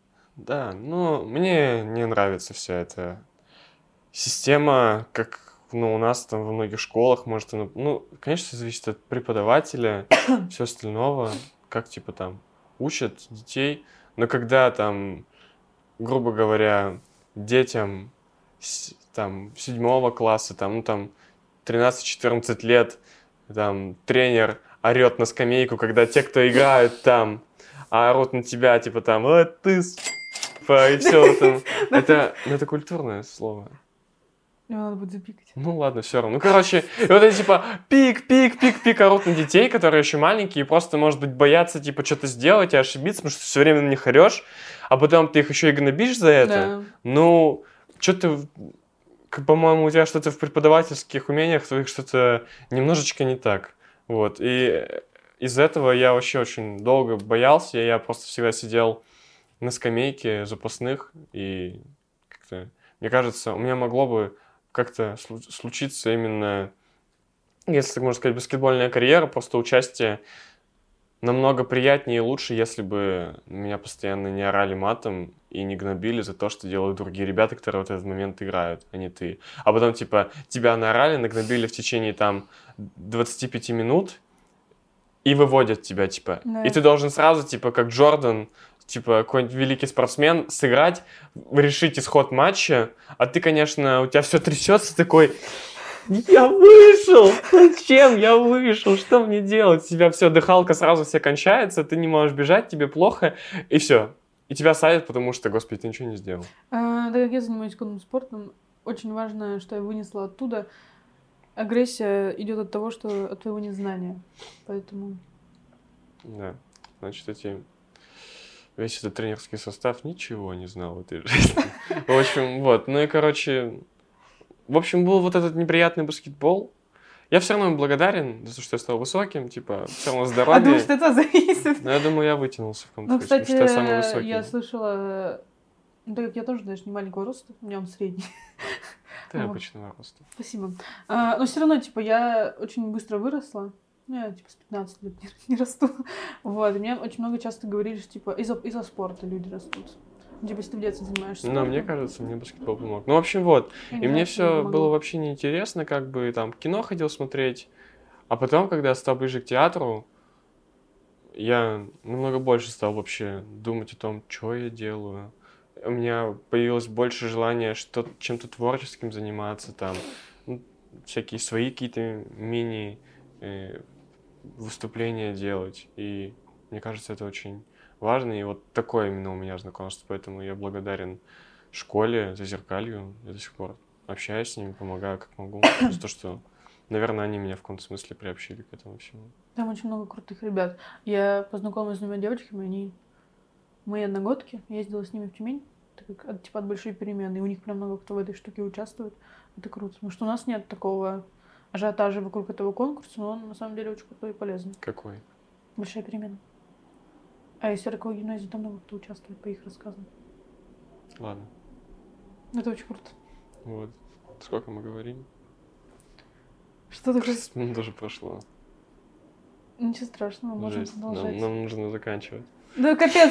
Да, ну, мне не нравится вся эта система, как ну, у нас там во многих школах, может, оно, ну, конечно, все зависит от преподавателя, все остального, как, типа, там, учат детей, но когда, там, грубо говоря, детям, с- там, седьмого класса, там, ну, там, тринадцать-четырнадцать лет, там, тренер орет на скамейку, когда те, кто играют там, а орут на тебя, типа, там, а ты, с***а», и все, там, это, ну, это культурное слово. Его надо будет запикать. Ну ладно, все равно. Ну, короче, и вот эти типа пик, пик, пик, пик орут на детей, которые еще маленькие, и просто, может быть, боятся, типа, что-то сделать и ошибиться, потому что все время на них орешь, а потом ты их еще и гнобишь за это. Да. Ну, что-то, по-моему, у тебя что-то в преподавательских умениях твоих что-то немножечко не так. Вот. И из-за этого я вообще очень долго боялся, я просто всегда сидел на скамейке запасных, и как-то, мне кажется, у меня могло бы как-то слу- случиться именно, если так можно сказать, баскетбольная карьера, просто участие намного приятнее и лучше, если бы меня постоянно не орали матом и не гнобили за то, что делают другие ребята, которые в этот момент играют, а не ты. А потом, типа, тебя наорали, нагнобили в течение, там, двадцати пяти минут и выводят тебя, типа. Да. И ты должен сразу, типа, как Джордан, типа, какой-нибудь великий спортсмен, сыграть, решить исход матча, а ты, конечно, у тебя все трясется, такой, я вышел, зачем я вышел, что мне делать? У тебя все, дыхалка сразу вся кончается, ты не можешь бежать, тебе плохо, и все. И тебя садят, потому что, господи, ты ничего не сделал. А, так как я занимаюсь конным спортом, очень важно, что я вынесла оттуда. Агрессия идет от того, что от твоего незнания. Поэтому... Да, значит, эти... Весь этот тренерский состав ничего не знал в этой жизни. В общем, вот. Ну и, короче... В общем, был вот этот неприятный баскетбол. Я все равно им благодарен за то, что я стал высоким, типа, все равно здоровье. А думаю, что это зависит. Но я думаю, я вытянулся в каком-то Ну, случае, кстати, что я самый высокий. я слышала... Ну, так как я тоже, знаешь, не маленького роста, у меня он средний. Ты Вот. обычного роста. Спасибо. А, но все равно, типа, я очень быстро выросла. Ну, я, типа, с пятнадцати лет не, не расту. Вот. И мне очень много часто говорили, что, типа, из-за, из-за спорта люди растут. Типа, если ты в детстве занимаешься Но спортом. мне кажется, мне баскетбол помог. Ну, в общем, вот. я не И знаю, мне что мне все помогло. было вообще неинтересно, как бы, там, кино ходил смотреть. А потом, когда я стал ближе к театру, я намного больше стал вообще думать о том, что я делаю. У меня появилось больше желания что чем-то творческим заниматься, там, ну, всякие свои какие-то мини э, выступления делать. И мне кажется, это очень важно. И вот такое именно у меня знакомство. Поэтому я благодарен школе, Зазеркалью. Я до сих пор общаюсь с ними, помогаю как могу. За то, что, наверное, они меня в каком-то смысле приобщили к этому всему. Там очень много крутых ребят. Я познакомилась с двумя девочками, они мои одногодки. Я ездила с ними в Тюмень, так как от, типа от большой перемены. И у них прям много кто в этой штуке участвует. Это круто. Потому что у нас нет такого ажиотажа вокруг этого конкурса, но он на самом деле очень крутой и полезный. Какой? Большая перемена. А из сороковой гимназии там много кто участвует, по их рассказам. Ладно. Это очень круто. Вот. Сколько мы говорим? Что такое? шесть минут уже прошло. Ничего страшного, можем Жесть. продолжать. Нам, нам нужно заканчивать. Да капец.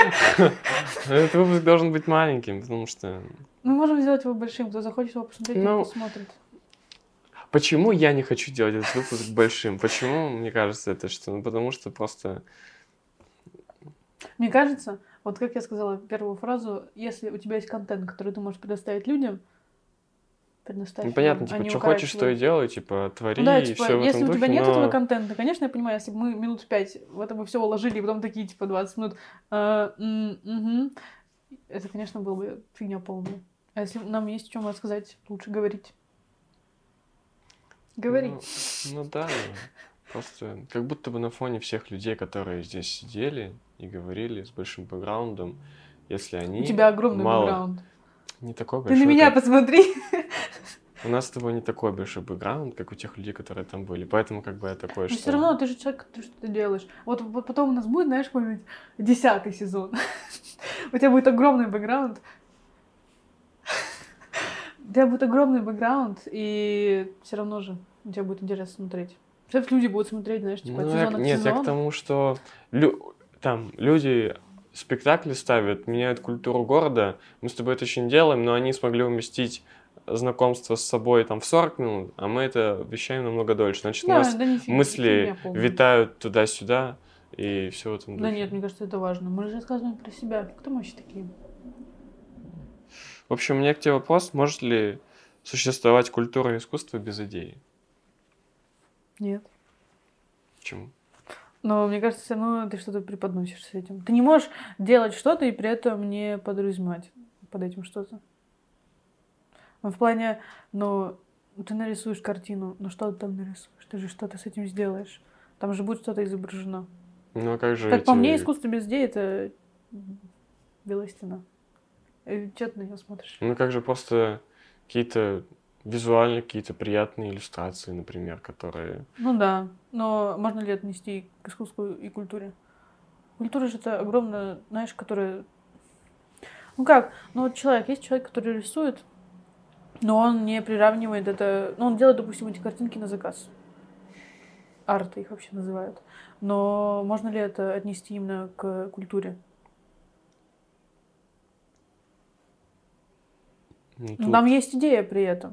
Этот выпуск должен быть маленьким, потому что... Мы можем сделать его большим. Кто захочет его посмотреть, Ну, он посмотрит. Почему я не хочу делать этот выпуск большим? Почему, мне кажется, это что? Ну, потому что просто... Мне кажется, вот как я сказала первую фразу, если у тебя есть контент, который ты можешь предоставить людям, предоставь Ну, понятно, им, типа, а не что хочешь, укорачивай. то и делай, типа, твори, Ну да, и типа, все в если этом у тебя духе, нет но... этого контента, конечно, я понимаю, если бы мы минут пять в это бы все уложили, и потом такие, типа, двадцать минут, а, м, мгм, это, конечно, было бы фигня полная. А если нам есть о чем рассказать, лучше говорить. Говори. Ну, ну да, просто как будто бы на фоне всех людей, которые здесь сидели и говорили с большим бэкграундом, если они У тебя огромный мало... бэкграунд. Не такой Ты большой, на меня как- посмотри. У нас с тобой не такой большой бэкграунд, как у тех людей, которые там были. Поэтому как бы я такой, Но что... все равно ты же человек, ты что-то делаешь. Вот, вот потом у нас будет, знаешь, какой-нибудь десятый сезон. У тебя будет огромный бэкграунд. У тебя будет огромный бэкграунд, и все равно же у тебя будет интересно смотреть. Представь, люди будут смотреть, знаешь, типа, от Ну, я- сезона к нет, я к сезону. тому, что лю- там люди спектакли ставят, меняют культуру города. Мы с тобой это еще не делаем, но они смогли уместить знакомство с собой там в сорок минут, а мы это вещаем намного дольше. Значит, Да, у нас да нифига, мысли фигня полная. витают туда-сюда, и все в этом Да духе. нет, мне кажется, это важно. Мы же рассказываем про себя. Кто мы вообще такие? В общем, у меня к тебе вопрос. Может ли существовать культура и искусство без идеи? Нет. Почему? Но мне кажется, все равно ты что-то преподносишь с этим. Ты не можешь делать что-то и при этом не подразумевать под этим что-то. Ну, в плане, ну, ты нарисуешь картину, но что ты там нарисуешь? Ты же что-то с этим сделаешь. Там же будет что-то изображено. Ну, а как же Как эти... по мне, искусство без идеи — это белая стена. Че ты на нее смотришь? Ну, как же просто какие-то визуальные, какие-то приятные иллюстрации, например, которые... Ну да, но можно ли отнести к искусству и культуре? Культура же это огромная, знаешь, которая... Ну как, ну вот человек, есть человек, который рисует, но он не приравнивает это... Ну, он делает, допустим, эти картинки на заказ. Арты их вообще называют. Но можно ли это отнести именно к культуре? Ну, Ну, тут- там есть идея при этом.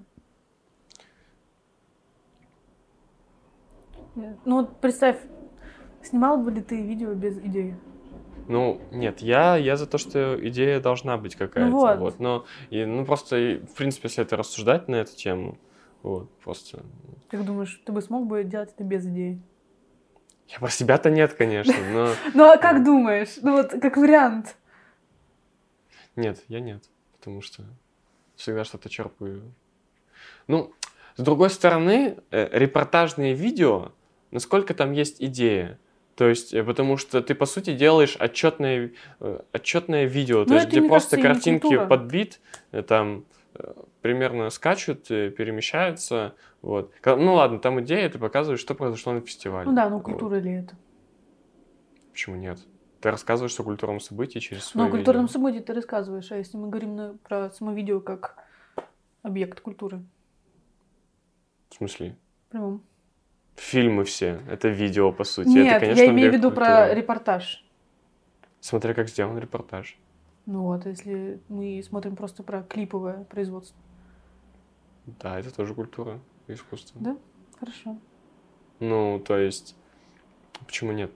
Ну вот представь, снимал бы ли ты видео без идеи? Ну, нет, я, я за то, что идея должна быть какая-то. Ну вот. Вот. Но, и, ну, просто, и, в принципе, если это рассуждать на эту тему, вот, просто... Как думаешь, ты бы смог бы делать это без идеи? Я про себя-то нет, конечно, но... Ну а как думаешь? Ну вот как вариант. Нет, я нет, потому что всегда что-то черпаю. Ну, с другой стороны, э, репортажные видео, насколько там есть идея? То есть, э, потому что ты, по сути, делаешь отчетное, э, отчетное видео, то Ну, есть, это, где мне просто кажется, и не картинки культура. под бит, э, там, э, примерно скачут, э, перемещаются, вот. Ка- Ну, ладно, там идея, ты показываешь, что произошло на фестивале. Ну да, ну Вот. культура ли это? Почему нет? Ты рассказываешь о культурном событии через Ну, свои о культурном видео. событии ты рассказываешь, а если мы говорим на- про само видео как объект культуры? В смысле? В прямом. Фильмы все, это видео, по сути. Нет, это, конечно, я имею в объект виду про культуры. репортаж. Смотря как сделан репортаж. Ну вот, если мы смотрим просто про клиповое производство. Да, это тоже культура и искусство. Да? Хорошо. Ну, то есть, почему нет?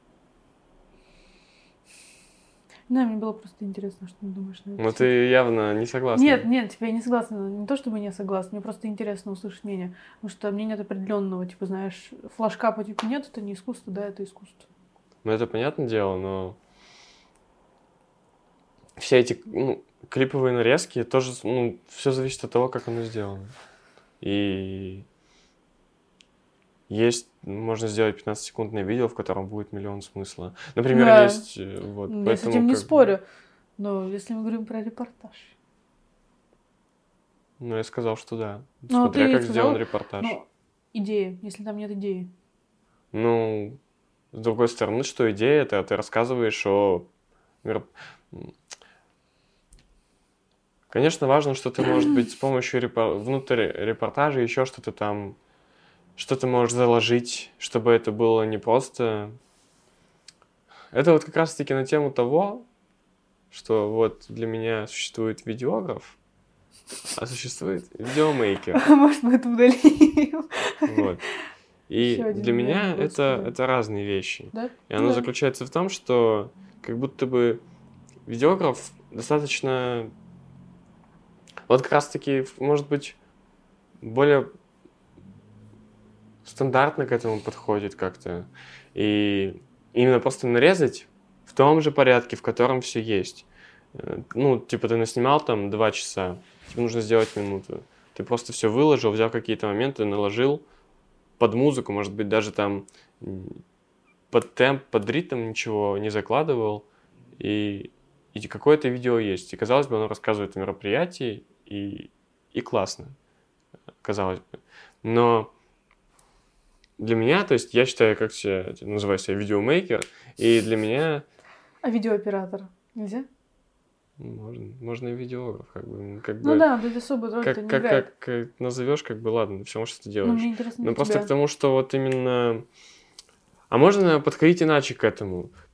Да, мне было просто интересно, что ты думаешь на это. Ну, ты явно не согласна. Нет, нет, я не согласна. Не то чтобы не согласна, мне просто интересно услышать мнение. Потому что мне нет определенного, типа, знаешь, флажка по типу нет, это не искусство, да, это искусство. Ну, это понятное дело, но все эти ну, клиповые нарезки тоже, ну, все зависит от того, как оно сделано. И есть, можно сделать пятнадцатисекундное видео, в котором будет миллион смысла. Например, Да. есть э, вот. Я с поэтому этим не как бы- спорю. Но если мы говорим про репортаж. Ну, я сказал, что да. Ну, Смотря ты как сказал, сделан репортаж. Ну, идея, если там нет идеи. Ну, с другой стороны, что идея, это ты рассказываешь о... мероп- м. Конечно, важно, что ты, может быть, с помощью репо- внутрь репортажа еще что-то там, что ты можешь заложить, чтобы это было не просто... Это вот как раз-таки на тему того, что вот для меня существует видеограф, а существует видеомейкер. Может, мы это удалим. Вот. И Ещё один для меня вариант, это, господи. это разные вещи. Да? И оно Да. заключается в том, что как будто бы видеограф достаточно, вот как раз-таки, может быть, более стандартно к этому подходит как-то. И именно просто нарезать в том же порядке, в котором все есть. Э, Ну, типа ты наснимал там два часа, тебе нужно сделать минуту. Ты просто все выложил, взял какие-то моменты, наложил под музыку, может быть, даже там м, под темп, под ритм ничего не закладывал. И, и какое-то видео есть. И, казалось бы, оно рассказывает о мероприятии, и, и классно, казалось бы. Но для меня, то есть я считаю, как себя, называю себя видеомейкер, и для меня А видеооператор нельзя? можно, можно и видеограф, как бы, как Ну бы, да, тут особо роль-то как, не как, играет. как, э, назовешь, как бы, ладно, все, что ты Ну, делаешь. мне интересно Но для просто тебя. к тому, что вот именно... А можно подходить иначе к этому.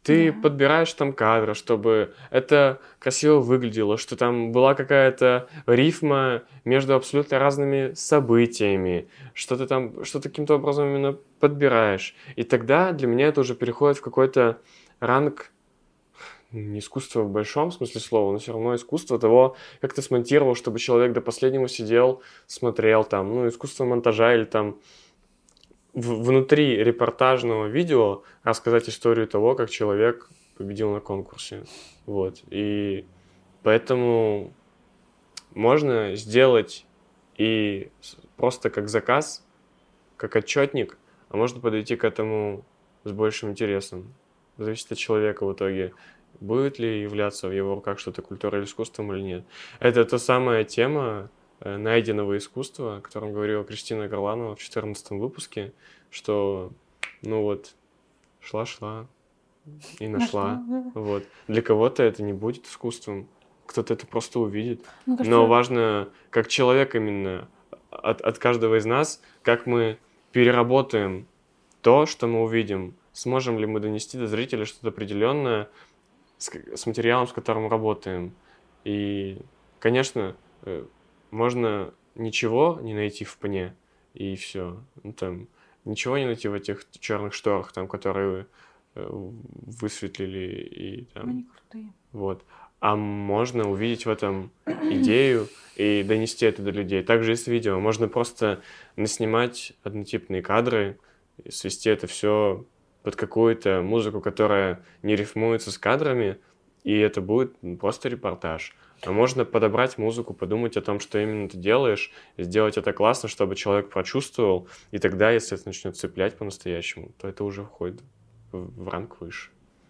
Ты Да. подбираешь там кадры, чтобы это красиво выглядело, что там была какая-то рифма между абсолютно разными событиями, что ты там что-то каким-то образом именно подбираешь. И тогда для меня это уже переходит в какой-то ранг не искусства в большом смысле слова, но все равно искусство того, как ты смонтировал, чтобы человек до последнего сидел, смотрел там, ну, искусство монтажа или там в- внутри репортажного видео рассказать историю того, как человек победил на конкурсе. Вот. И поэтому можно сделать и с- просто как заказ, как отчетник, а можно подойти к этому с большим интересом. Зависит от человека в итоге, будет ли являться в его руках что-то культурой или искусством или нет. Это та самая тема э, найденного искусства, о котором говорила Кристина Горланова в четырнадцатом выпуске, что, ну вот, шла-шла и Нашла, нашла. да. Вот. Для кого-то это не будет искусством, кто-то это просто увидит. Мне Но кажется, важно, как человек именно, от, от каждого из нас, как мы переработаем то, что мы увидим. Сможем ли мы донести до зрителя что-то определенное с, к- с материалом, с которым работаем. И, конечно, э, можно ничего не найти в пне, и все. Ну, там, ничего не найти в этих черных шторах, там, которые э, высветлили и там, они крутые. вот. А можно увидеть в этом идею и донести это до людей. Также и с видео. Можно просто наснимать однотипные кадры, и свести это все под какую-то музыку, которая не рифмуется с кадрами, и это будет ну, просто репортаж. А можно подобрать музыку, подумать о том, что именно ты делаешь, и сделать это классно, чтобы человек прочувствовал, и тогда, если это начнет цеплять по-настоящему, то это уже входит в, в ранг выше.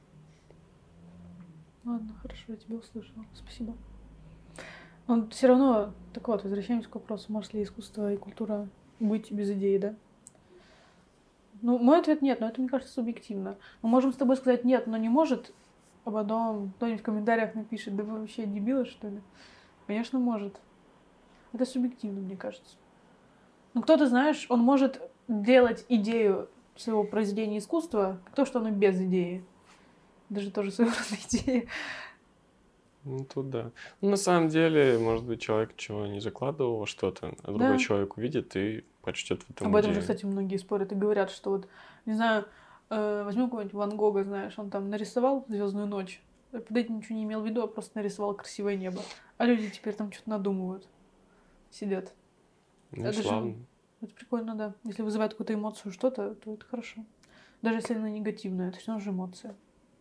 Ладно, хорошо, я тебя услышала. Спасибо. Но все равно, так вот, возвращаемся к вопросу, может ли искусство и культура быть без идеи, да? Ну, мой ответ нет, но это, мне кажется, субъективно. Мы можем с тобой сказать нет, но не может, а потом кто-нибудь в комментариях напишет, да вы вообще дебилы, что ли? Конечно, может. Это субъективно, мне кажется. Ну, кто-то, знаешь, он может делать идею своего произведения искусства, как то, что оно без идеи. Даже тоже своего рода идея. Ну, тут да. Ну, на самом деле, может быть, человек чего не закладывал во что-то, а другой Да. человек увидит и прочтет в этом Об этом же, идею. кстати, многие спорят и говорят, что вот, не знаю, э, возьмем какого-нибудь Ван Гога, знаешь, он там нарисовал «Звездную ночь», а под этим ничего не имел в виду, а просто нарисовал красивое небо. А люди теперь там что-то надумывают, сидят. Ну, Это же, славно. это прикольно, да. Если вызывает какую-то эмоцию что-то, то это хорошо. Даже если она негативная, это все равно же эмоция.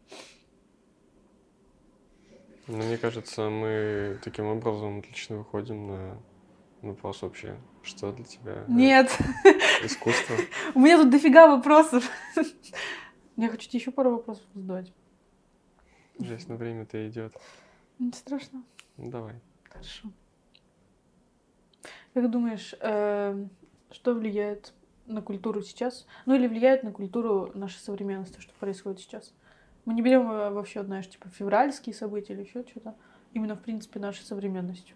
Но мне кажется, мы таким образом отлично выходим на вопрос вообще, что для тебя Нет, искусство. у меня тут дофига вопросов. Я хочу тебе еще пару вопросов задать. Жесть, на время-то идет. Не страшно? Ну, давай. Хорошо. Как думаешь, э, что влияет на культуру сейчас? Ну или влияет на культуру нашей современности, что происходит сейчас? Мы не берем э, во счет, знаешь, типа февральские события или еще что-то. Именно, в принципе, нашей современностью.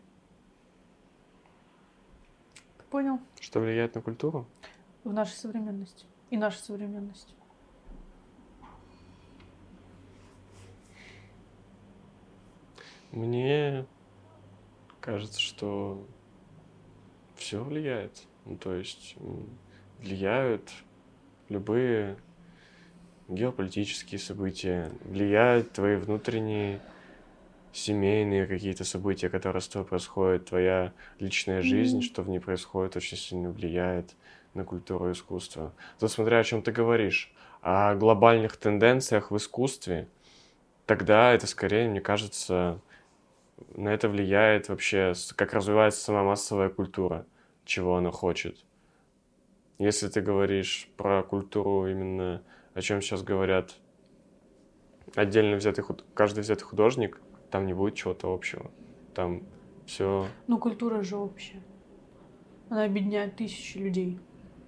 Ты понял? Что влияет на культуру? В нашей современности. И нашей современности. Мне кажется, что все влияет. Ну, то есть м, влияют любые геополитические события, влияют твои внутренние семейные какие-то события, которые с тобой происходят, твоя личная жизнь, М. что в ней происходит, очень сильно влияет на культуру и искусство. Тут смотря о чем ты говоришь, о глобальных тенденциях в искусстве, тогда это скорее, мне кажется, на это влияет вообще, с- как развивается сама массовая культура, чего она хочет. Если ты говоришь про культуру именно, о чем сейчас говорят отдельно взятый, худ- каждый взятый художник, там не будет чего-то общего. Там все... Ну, культура же общая. Она объединяет тысячи людей.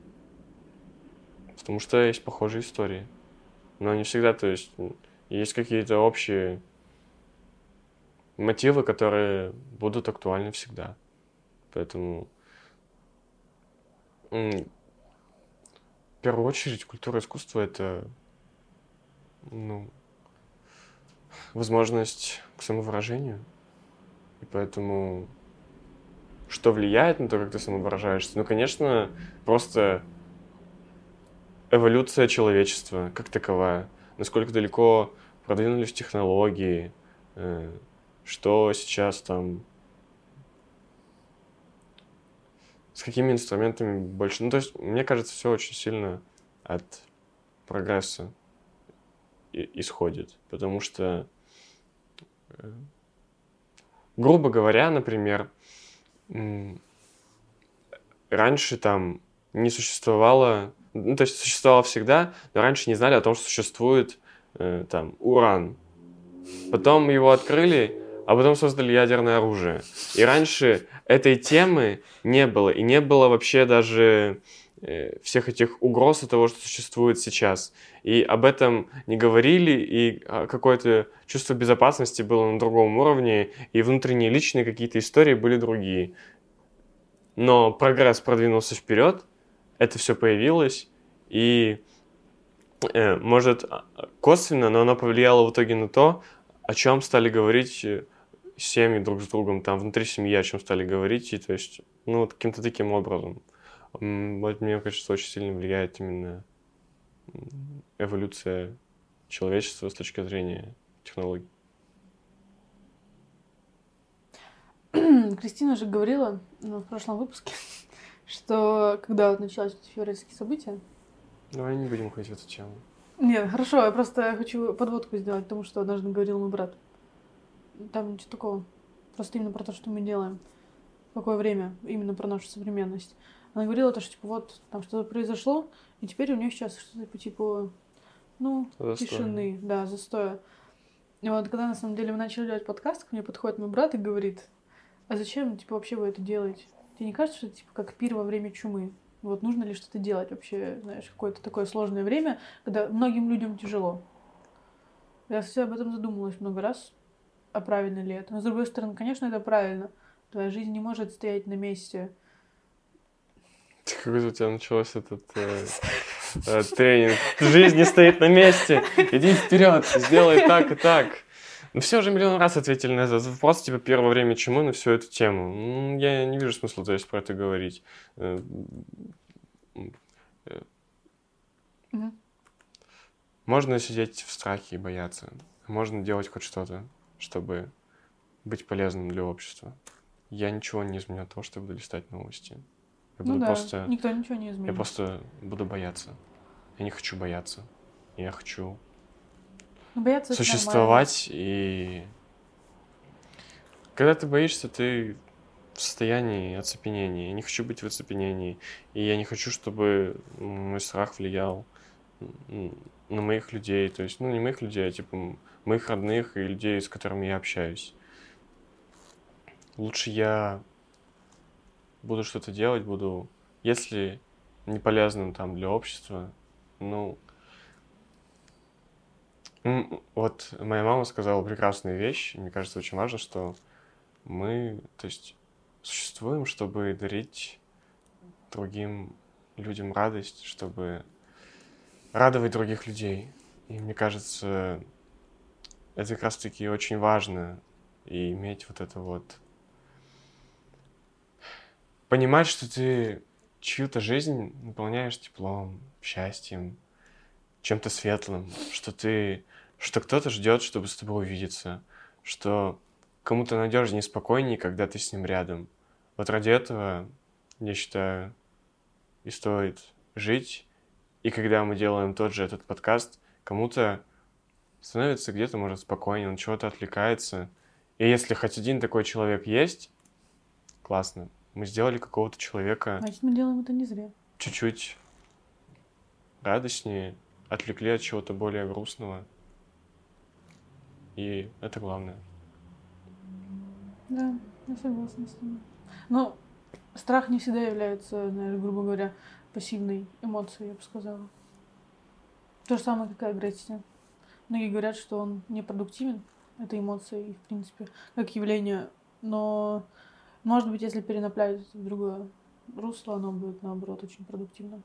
Потому что есть похожие истории. Но не всегда, то есть м, есть какие-то общие мотивы, которые будут актуальны всегда. Поэтому м, в первую очередь культура и искусство — это ну, возможность к самовыражению. И поэтому что влияет на то, как ты самовыражаешься? Ну, конечно, просто эволюция человечества как таковая. Насколько далеко продвинулись технологии, э, что сейчас там, с какими инструментами больше. Ну, то есть, мне кажется, все очень сильно от прогресса и- исходит. Потому что, э, грубо говоря, например, м, раньше там не существовало, ну, то есть существовало всегда, но раньше не знали о том, что существует э, там уран. Потом его открыли, а потом создали ядерное оружие. И раньше этой темы не было, и не было вообще даже э, всех этих угроз от того, что существует сейчас. И об этом не говорили, и а, какое-то чувство безопасности было на другом уровне, и внутренние личные какие-то истории были другие. Но прогресс продвинулся вперед, это все появилось, и, э, может, а, косвенно, но оно повлияло в итоге на то, о чем стали говорить э, семьи друг с другом, там, внутри семьи, о чем стали говорить, и, то есть, ну, вот каким-то таким образом. М, Вот мне кажется, очень сильно влияет именно м, эволюция человечества с точки зрения технологий. Кристина же говорила ну, в прошлом выпуске, что когда вот началось эти февральские события... Давай не будем уходить в эту тему. Нет, хорошо, я просто хочу подводку сделать к тому, что однажды говорил мой брат. Там ничего такого. Просто именно про то, что мы делаем. В какое время. Именно про нашу современность. Она говорила то, что типа вот там что-то произошло, и теперь у нее сейчас что-то по типу, ну, Застой. тишины, да, застоя. И вот когда на самом деле мы начали делать подкаст, ко мне подходит мой брат и говорит: а зачем, типа, вообще вы это делаете? Тебе не кажется, что это, типа, как пир во время чумы? Вот нужно ли что-то делать вообще, знаешь, в какое-то такое сложное время, когда многим людям тяжело? Я, кстати, об этом задумалась много раз, а правильно ли это? Но, с другой стороны, конечно, это правильно. Твоя жизнь не может стоять на месте. Как у тебя начался этот э, э, тренинг. Жизнь не стоит на месте. Иди вперед, сделай так и так. Ну, все уже миллион раз ответили на этот вопрос, типа, первое время чему на всю эту тему. Ну, я не вижу смысла, то есть, про это говорить. Э, э, Мгм. Можно сидеть в страхе и бояться. Можно делать хоть что-то, чтобы быть полезным для общества. Я ничего не изменю от того, что я буду листать новости. Я Ну буду да, просто... никто ничего не Я изменит. просто буду бояться. Я не хочу бояться. Я хочу Ну, бояться это нормально. существовать. И когда ты боишься, ты в состоянии оцепенения. Я не хочу быть в оцепенении. И я не хочу, чтобы мой страх влиял м, на моих людей. То есть, ну, не моих людей, а типа м, моих родных и людей, с которыми я общаюсь. Лучше я буду что-то делать, буду, если не полезным там для общества, ну, м, вот моя мама сказала прекрасную вещь, и мне кажется, очень важно, что мы, то есть, существуем, чтобы дарить другим людям радость, чтобы радовать других людей. И мне кажется, это как раз-таки очень важно, и иметь вот это вот... Понимать, что ты чью-то жизнь наполняешь теплом, счастьем, чем-то светлым, что ты, что кто-то ждет, чтобы с тобой увидеться, что кому-то надежнее и спокойнее, когда ты с ним рядом. Вот ради этого, я считаю, и стоит жить. И когда мы делаем тот же этот подкаст, кому-то становится где-то, может, спокойнее, он чего-то отвлекается. И если хоть один такой человек есть, классно. Мы сделали какого-то человека Значит, мы делаем это не зря. чуть-чуть радостнее, отвлекли от чего-то более грустного. И это главное. Да, я согласна с тобой. Но страх не всегда является, знаешь, грубо говоря, пассивной эмоцией, я бы сказала. То же самое, как и агрессия. Многие говорят, что он непродуктивен, это эмоции, в принципе, как явление. Но, может быть, если перенаправить в другое русло, оно будет, наоборот, очень продуктивным.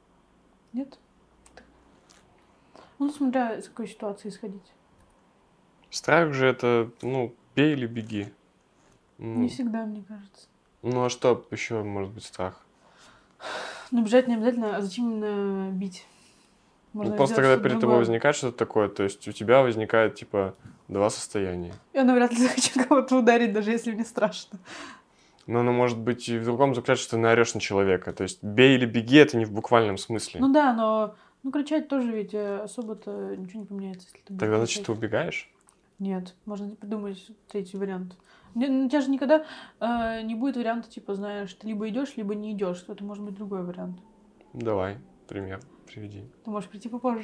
Нет? Ну, смотря из какой ситуации исходить. Страх же это, ну, бей или беги. Ну, Не всегда, мне кажется. ну а что еще может быть страх? Ну, бежать не обязательно, а зачем именно бить? Ну, Можно просто сделать когда что-то перед тобой другое. возникает что-то такое, то есть у тебя возникает, типа, два состояния. Я навряд ли захочу кого-то ударить, даже если мне страшно. Но оно может быть и в другом заключаться, что ты наорешь на человека. То есть бей или беги, это не в буквальном смысле. Ну да, но ну кричать тоже ведь э, особо-то ничего не поменяется, если ты будешь Тогда, значит, кричать. ты убегаешь? Нет, можно придумать третий вариант. Не- ну, У тебя же никогда э, не будет варианта, типа, знаешь, ты либо идешь, либо не идешь. Это может быть другой вариант. Давай, пример приведи. Ты можешь прийти попозже.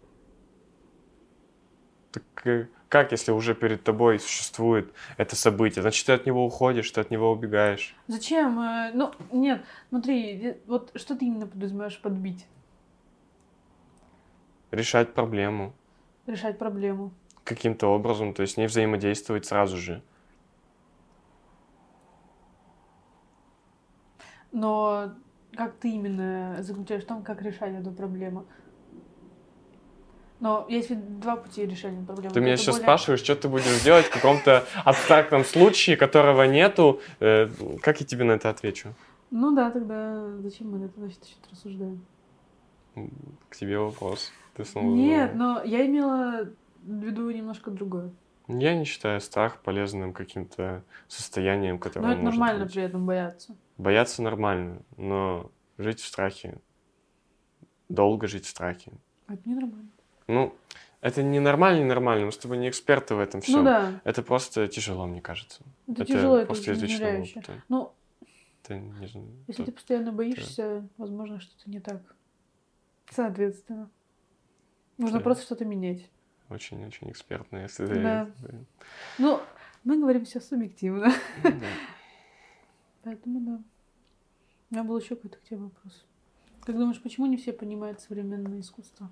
Так э, как, если уже перед тобой существует это событие? Значит, ты от него уходишь, ты от него убегаешь. Зачем? Э, ну, нет, смотри, э, вот что ты именно подразумеваешь подбить? Решать проблему Решать проблему. каким-то образом, то есть не взаимодействовать сразу же. Но как ты именно заключаешь в том, как решать эту проблему? Но есть ведь два пути решения проблемы. Ты меня Это сейчас более- спрашиваешь, что ты будешь делать в каком-то абстрактном случае, которого нету. Э, Как я тебе на это отвечу? Ну да, тогда зачем мы на это значит что-то рассуждаем? К тебе вопрос. Ты снова Нет, задала. но я имела в виду немножко другое. Я не считаю страх полезным каким-то состоянием, которое Но это может нормально быть. при этом бояться. Бояться нормально, но жить в страхе, долго жить в страхе. Это ненормально. Ну, это не нормально, не нормально. Мы с тобой не эксперты в этом всем. Ну да, Это просто тяжело, мне кажется. это, тяжело, это просто из личного изнуряюще. опыта. Ну, Это не знаю. если это- ты постоянно боишься, возможно, что-то не так. Соответственно. Нужно Да. просто что-то менять. Очень-очень экспертно, если Да. ты... Ну, мы говорим все субъективно. Да. Поэтому да. У меня был еще какой-то к тебе вопрос. Как думаешь, почему не все понимают современное искусство?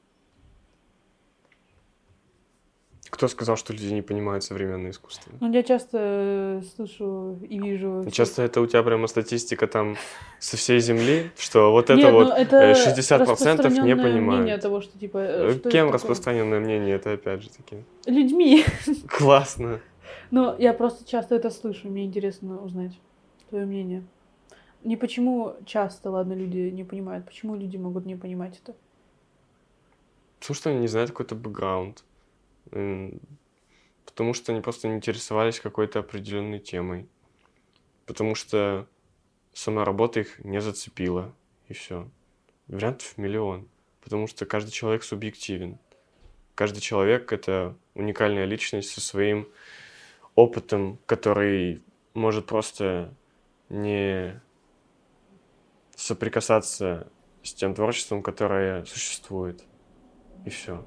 Кто сказал, что люди не понимают современное искусство? Ну, я часто э, слышу и вижу... И всех- часто это у тебя прямо статистика там со всей земли, что вот Нет, это ну, вот это э, шестьдесят процентов не распространённое мнение понимают. того, что типа... э, Э, что Кем это такое? распространенное мнение? Это опять же таки. Людьми. Классно. Но я просто часто это слышу, мне интересно узнать твое мнение. Не почему часто, ладно, люди не понимают, почему люди могут не понимать это. Потому что они не знают какой-то бэкграунд. М, Потому что они просто не интересовались какой-то определенной темой. Потому что сама работа их не зацепила. И все. Вариантов миллион. Потому что каждый человек субъективен. Каждый человек — это уникальная личность со своим опытом, который может просто не соприкасаться с тем творчеством, которое существует. И все.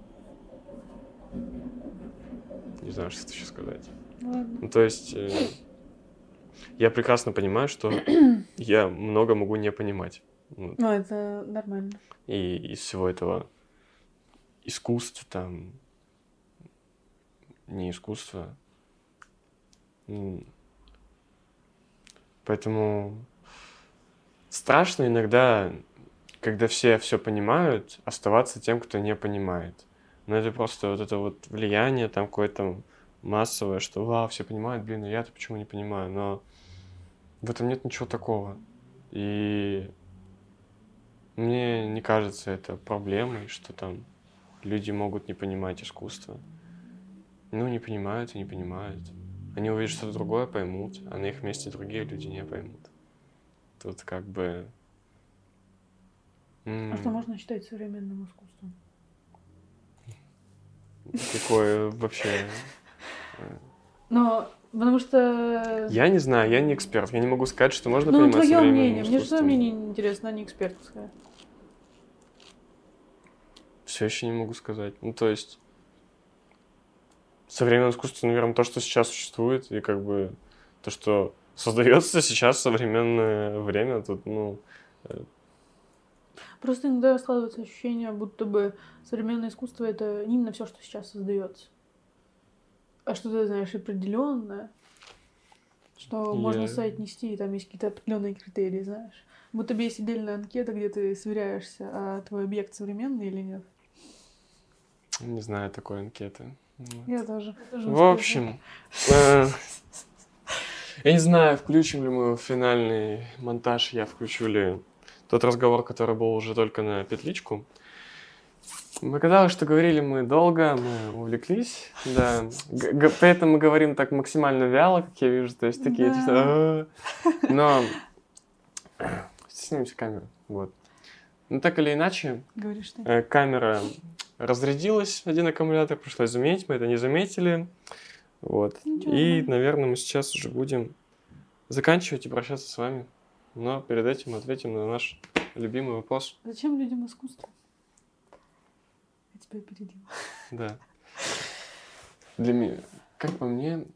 Не знаю, что еще сказать. Ладно. Ну, то есть, э, я прекрасно понимаю, что я много могу не понимать. Ну, Ну, это нормально. и из всего этого искусства, там, не искусства. М. Поэтому страшно иногда, когда все все понимают, оставаться тем, кто не понимает. Но это просто вот это вот влияние там какое-то массовое, что вау, все понимают, блин, а я-то почему не понимаю. Но в этом нет ничего такого. И мне не кажется это проблемой, что там люди могут не понимать искусство. Ну, не понимают и не понимают. Они увидят что-то другое, поймут, а на их месте другие люди не поймут. Тут как бы... м, А что можно считать современным искусством? Какое вообще... э, Но потому что... Я не знаю, я не эксперт. Я не могу сказать, что можно Ну, понимать твое современным мнение. Мне же твое искусством. мнение интересно, а не экспертское. Все еще не могу сказать. Ну, то есть... Современное искусство, наверное, то, что сейчас существует, и как бы то, что создается сейчас в современное время, тут, ну... э, Просто иногда складывается ощущение, будто бы современное искусство это не именно все, что сейчас создается, а что-то, знаешь, определенное, что Я- можно соотнести, и там есть какие-то определенные критерии, знаешь. Будто бы есть отдельная анкета, где ты сверяешься, а твой объект современный или нет. Не знаю такой анкеты. Я тоже. Я тоже В общем, э, я не знаю, включим ли мы в финальный монтаж, я включу ли тот разговор, который был уже только на петличку. Мы казалось, что говорили мы долго, мы увлеклись, да. Г- г- При этом мы говорим так максимально вяло, как я вижу, то есть такие, Да. типа, «А-а-а». Но стесняемся камеры, вот. Но так или иначе, Говоришь ты. э, камера разрядилась, один аккумулятор, пришлось заменить, мы это не заметили, вот. Ничего, И, нормально. наверное, мы сейчас уже будем заканчивать и прощаться с вами. Но перед этим ответим на наш любимый вопрос. Зачем людям искусство? Я тебя опередила. Да. Для меня, как по мне,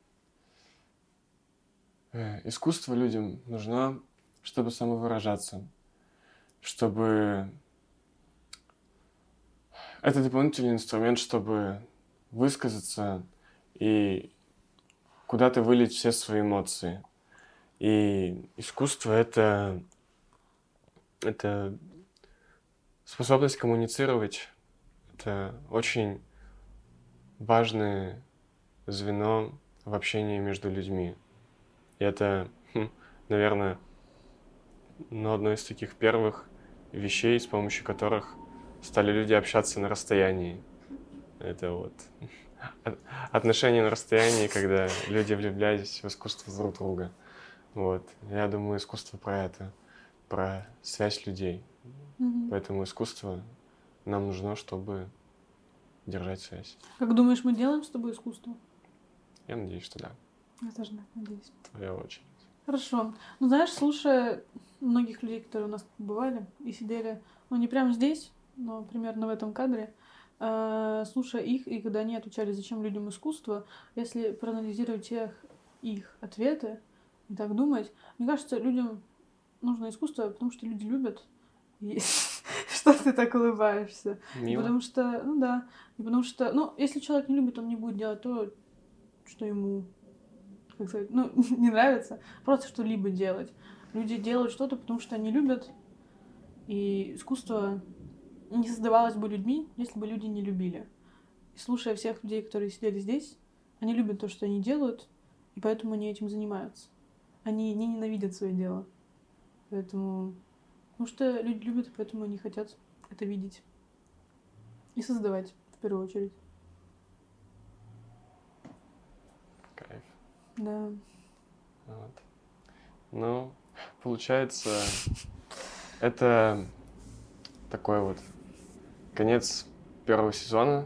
э, искусство людям нужно, чтобы самовыражаться, чтобы это дополнительный инструмент, чтобы высказаться и куда-то вылить все свои эмоции. И искусство это, это способность коммуницировать. Это очень важное звено в общении между людьми. И это, хм, наверное, ну, одно из таких первых вещей, с помощью которых стали люди общаться на расстоянии. Это вот от- отношения на расстоянии, когда люди влюблялись в искусство друг друга. Вот. Я думаю, искусство про это, про связь людей. Мгм. Поэтому искусство нам нужно, чтобы держать связь. Как думаешь, мы делаем с тобой искусство? Я надеюсь, что да, Я тоже так надеюсь. в твою очередь. Хорошо. Ну, знаешь, слушая многих людей, которые у нас бывали и сидели, ну, не прямо здесь, но примерно в этом кадре, э, слушая их, и когда они отвечали, зачем людям искусство, если проанализировать тех их ответы и так думать, мне кажется, людям нужно искусство, потому что люди любят. И что ты так улыбаешься? Мило. Потому что, ну да, и потому что, ну, если человек не любит, он не будет делать то, что ему, как сказать, ну, не нравится, просто что-либо делать. Люди делают что-то, потому что они любят, и искусство не создавалось бы людьми, если бы люди не любили. И слушая всех людей, которые сидели здесь, они любят то, что они делают, и поэтому они этим занимаются. Они не ненавидят свое дело. Поэтому... Потому что люди любят, и поэтому они хотят это видеть. И создавать, в первую очередь. Кайф. Да. Вот. Ну, получается, это такой вот конец первого сезона.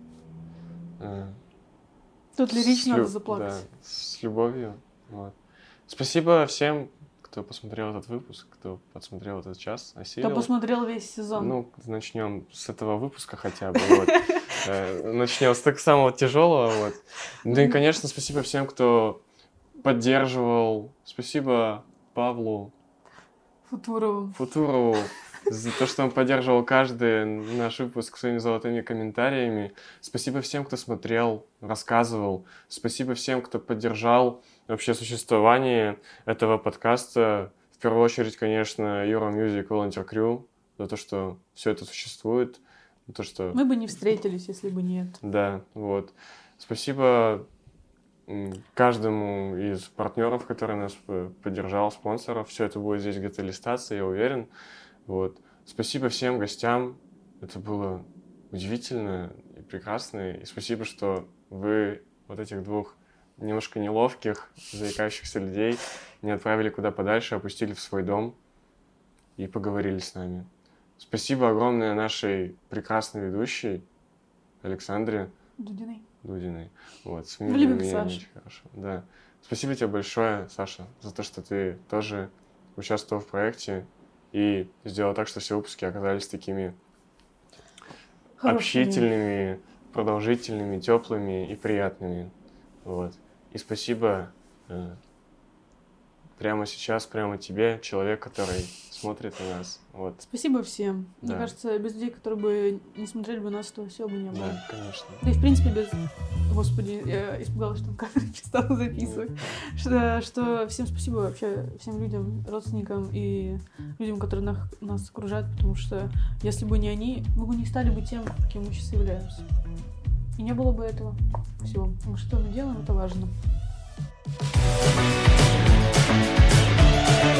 Э, Тут лирично с лю- надо заплакать. Да, с любовью. Вот. Спасибо всем, кто посмотрел этот выпуск, кто посмотрел этот час, осилил. Кто посмотрел весь сезон. Ну, начнем с этого выпуска хотя бы. Вот. Э, Начнем с так самого тяжелого. Вот. Ну и, конечно, спасибо всем, кто поддерживал. Спасибо Павлу Футурову. Футурову за то, что он поддерживал каждый наш выпуск своими золотыми комментариями. Спасибо всем, кто смотрел, рассказывал. Спасибо всем, кто поддержал вообще существование этого подкаста. В первую очередь, конечно, Euro Music Volunteer Crew за то, что все это существует. За то, что... Мы бы не встретились, если бы нет. Да, вот. Спасибо м, каждому из партнеров, который нас п- поддержал, спонсоров. Все это будет здесь где-то листаться, я уверен. Вот. Спасибо всем гостям. Это было удивительно и прекрасно. И спасибо, что вы вот этих двух немножко неловких, заикающихся людей не отправили куда подальше, опустили в свой дом и поговорили с нами. Спасибо огромное нашей прекрасной ведущей Александре Дудиной. Дудиной. Вот, с Мы фамилией любим у меня не Сашу. очень хорошо. Да. Спасибо тебе большое, Саша, за то, что ты тоже участвовал в проекте и сделал так, что все выпуски оказались такими Хорошими. общительными, продолжительными, теплыми и приятными. Вот. И спасибо э, прямо сейчас, прямо тебе, человек, который смотрит на нас. Вот. Спасибо всем. Мне Да. кажется, без людей, которые бы не смотрели бы нас, этого всего бы не было. Да, конечно. Да и, в принципе, без... Господи, я испугалась, что камера перестала записывать. Что, что всем спасибо вообще, всем людям, родственникам и людям, которые нах- нас окружают, потому что если бы не они, мы бы не стали бы тем, кем мы сейчас являемся. и не было бы этого всего. Потому что мы делаем, это важно.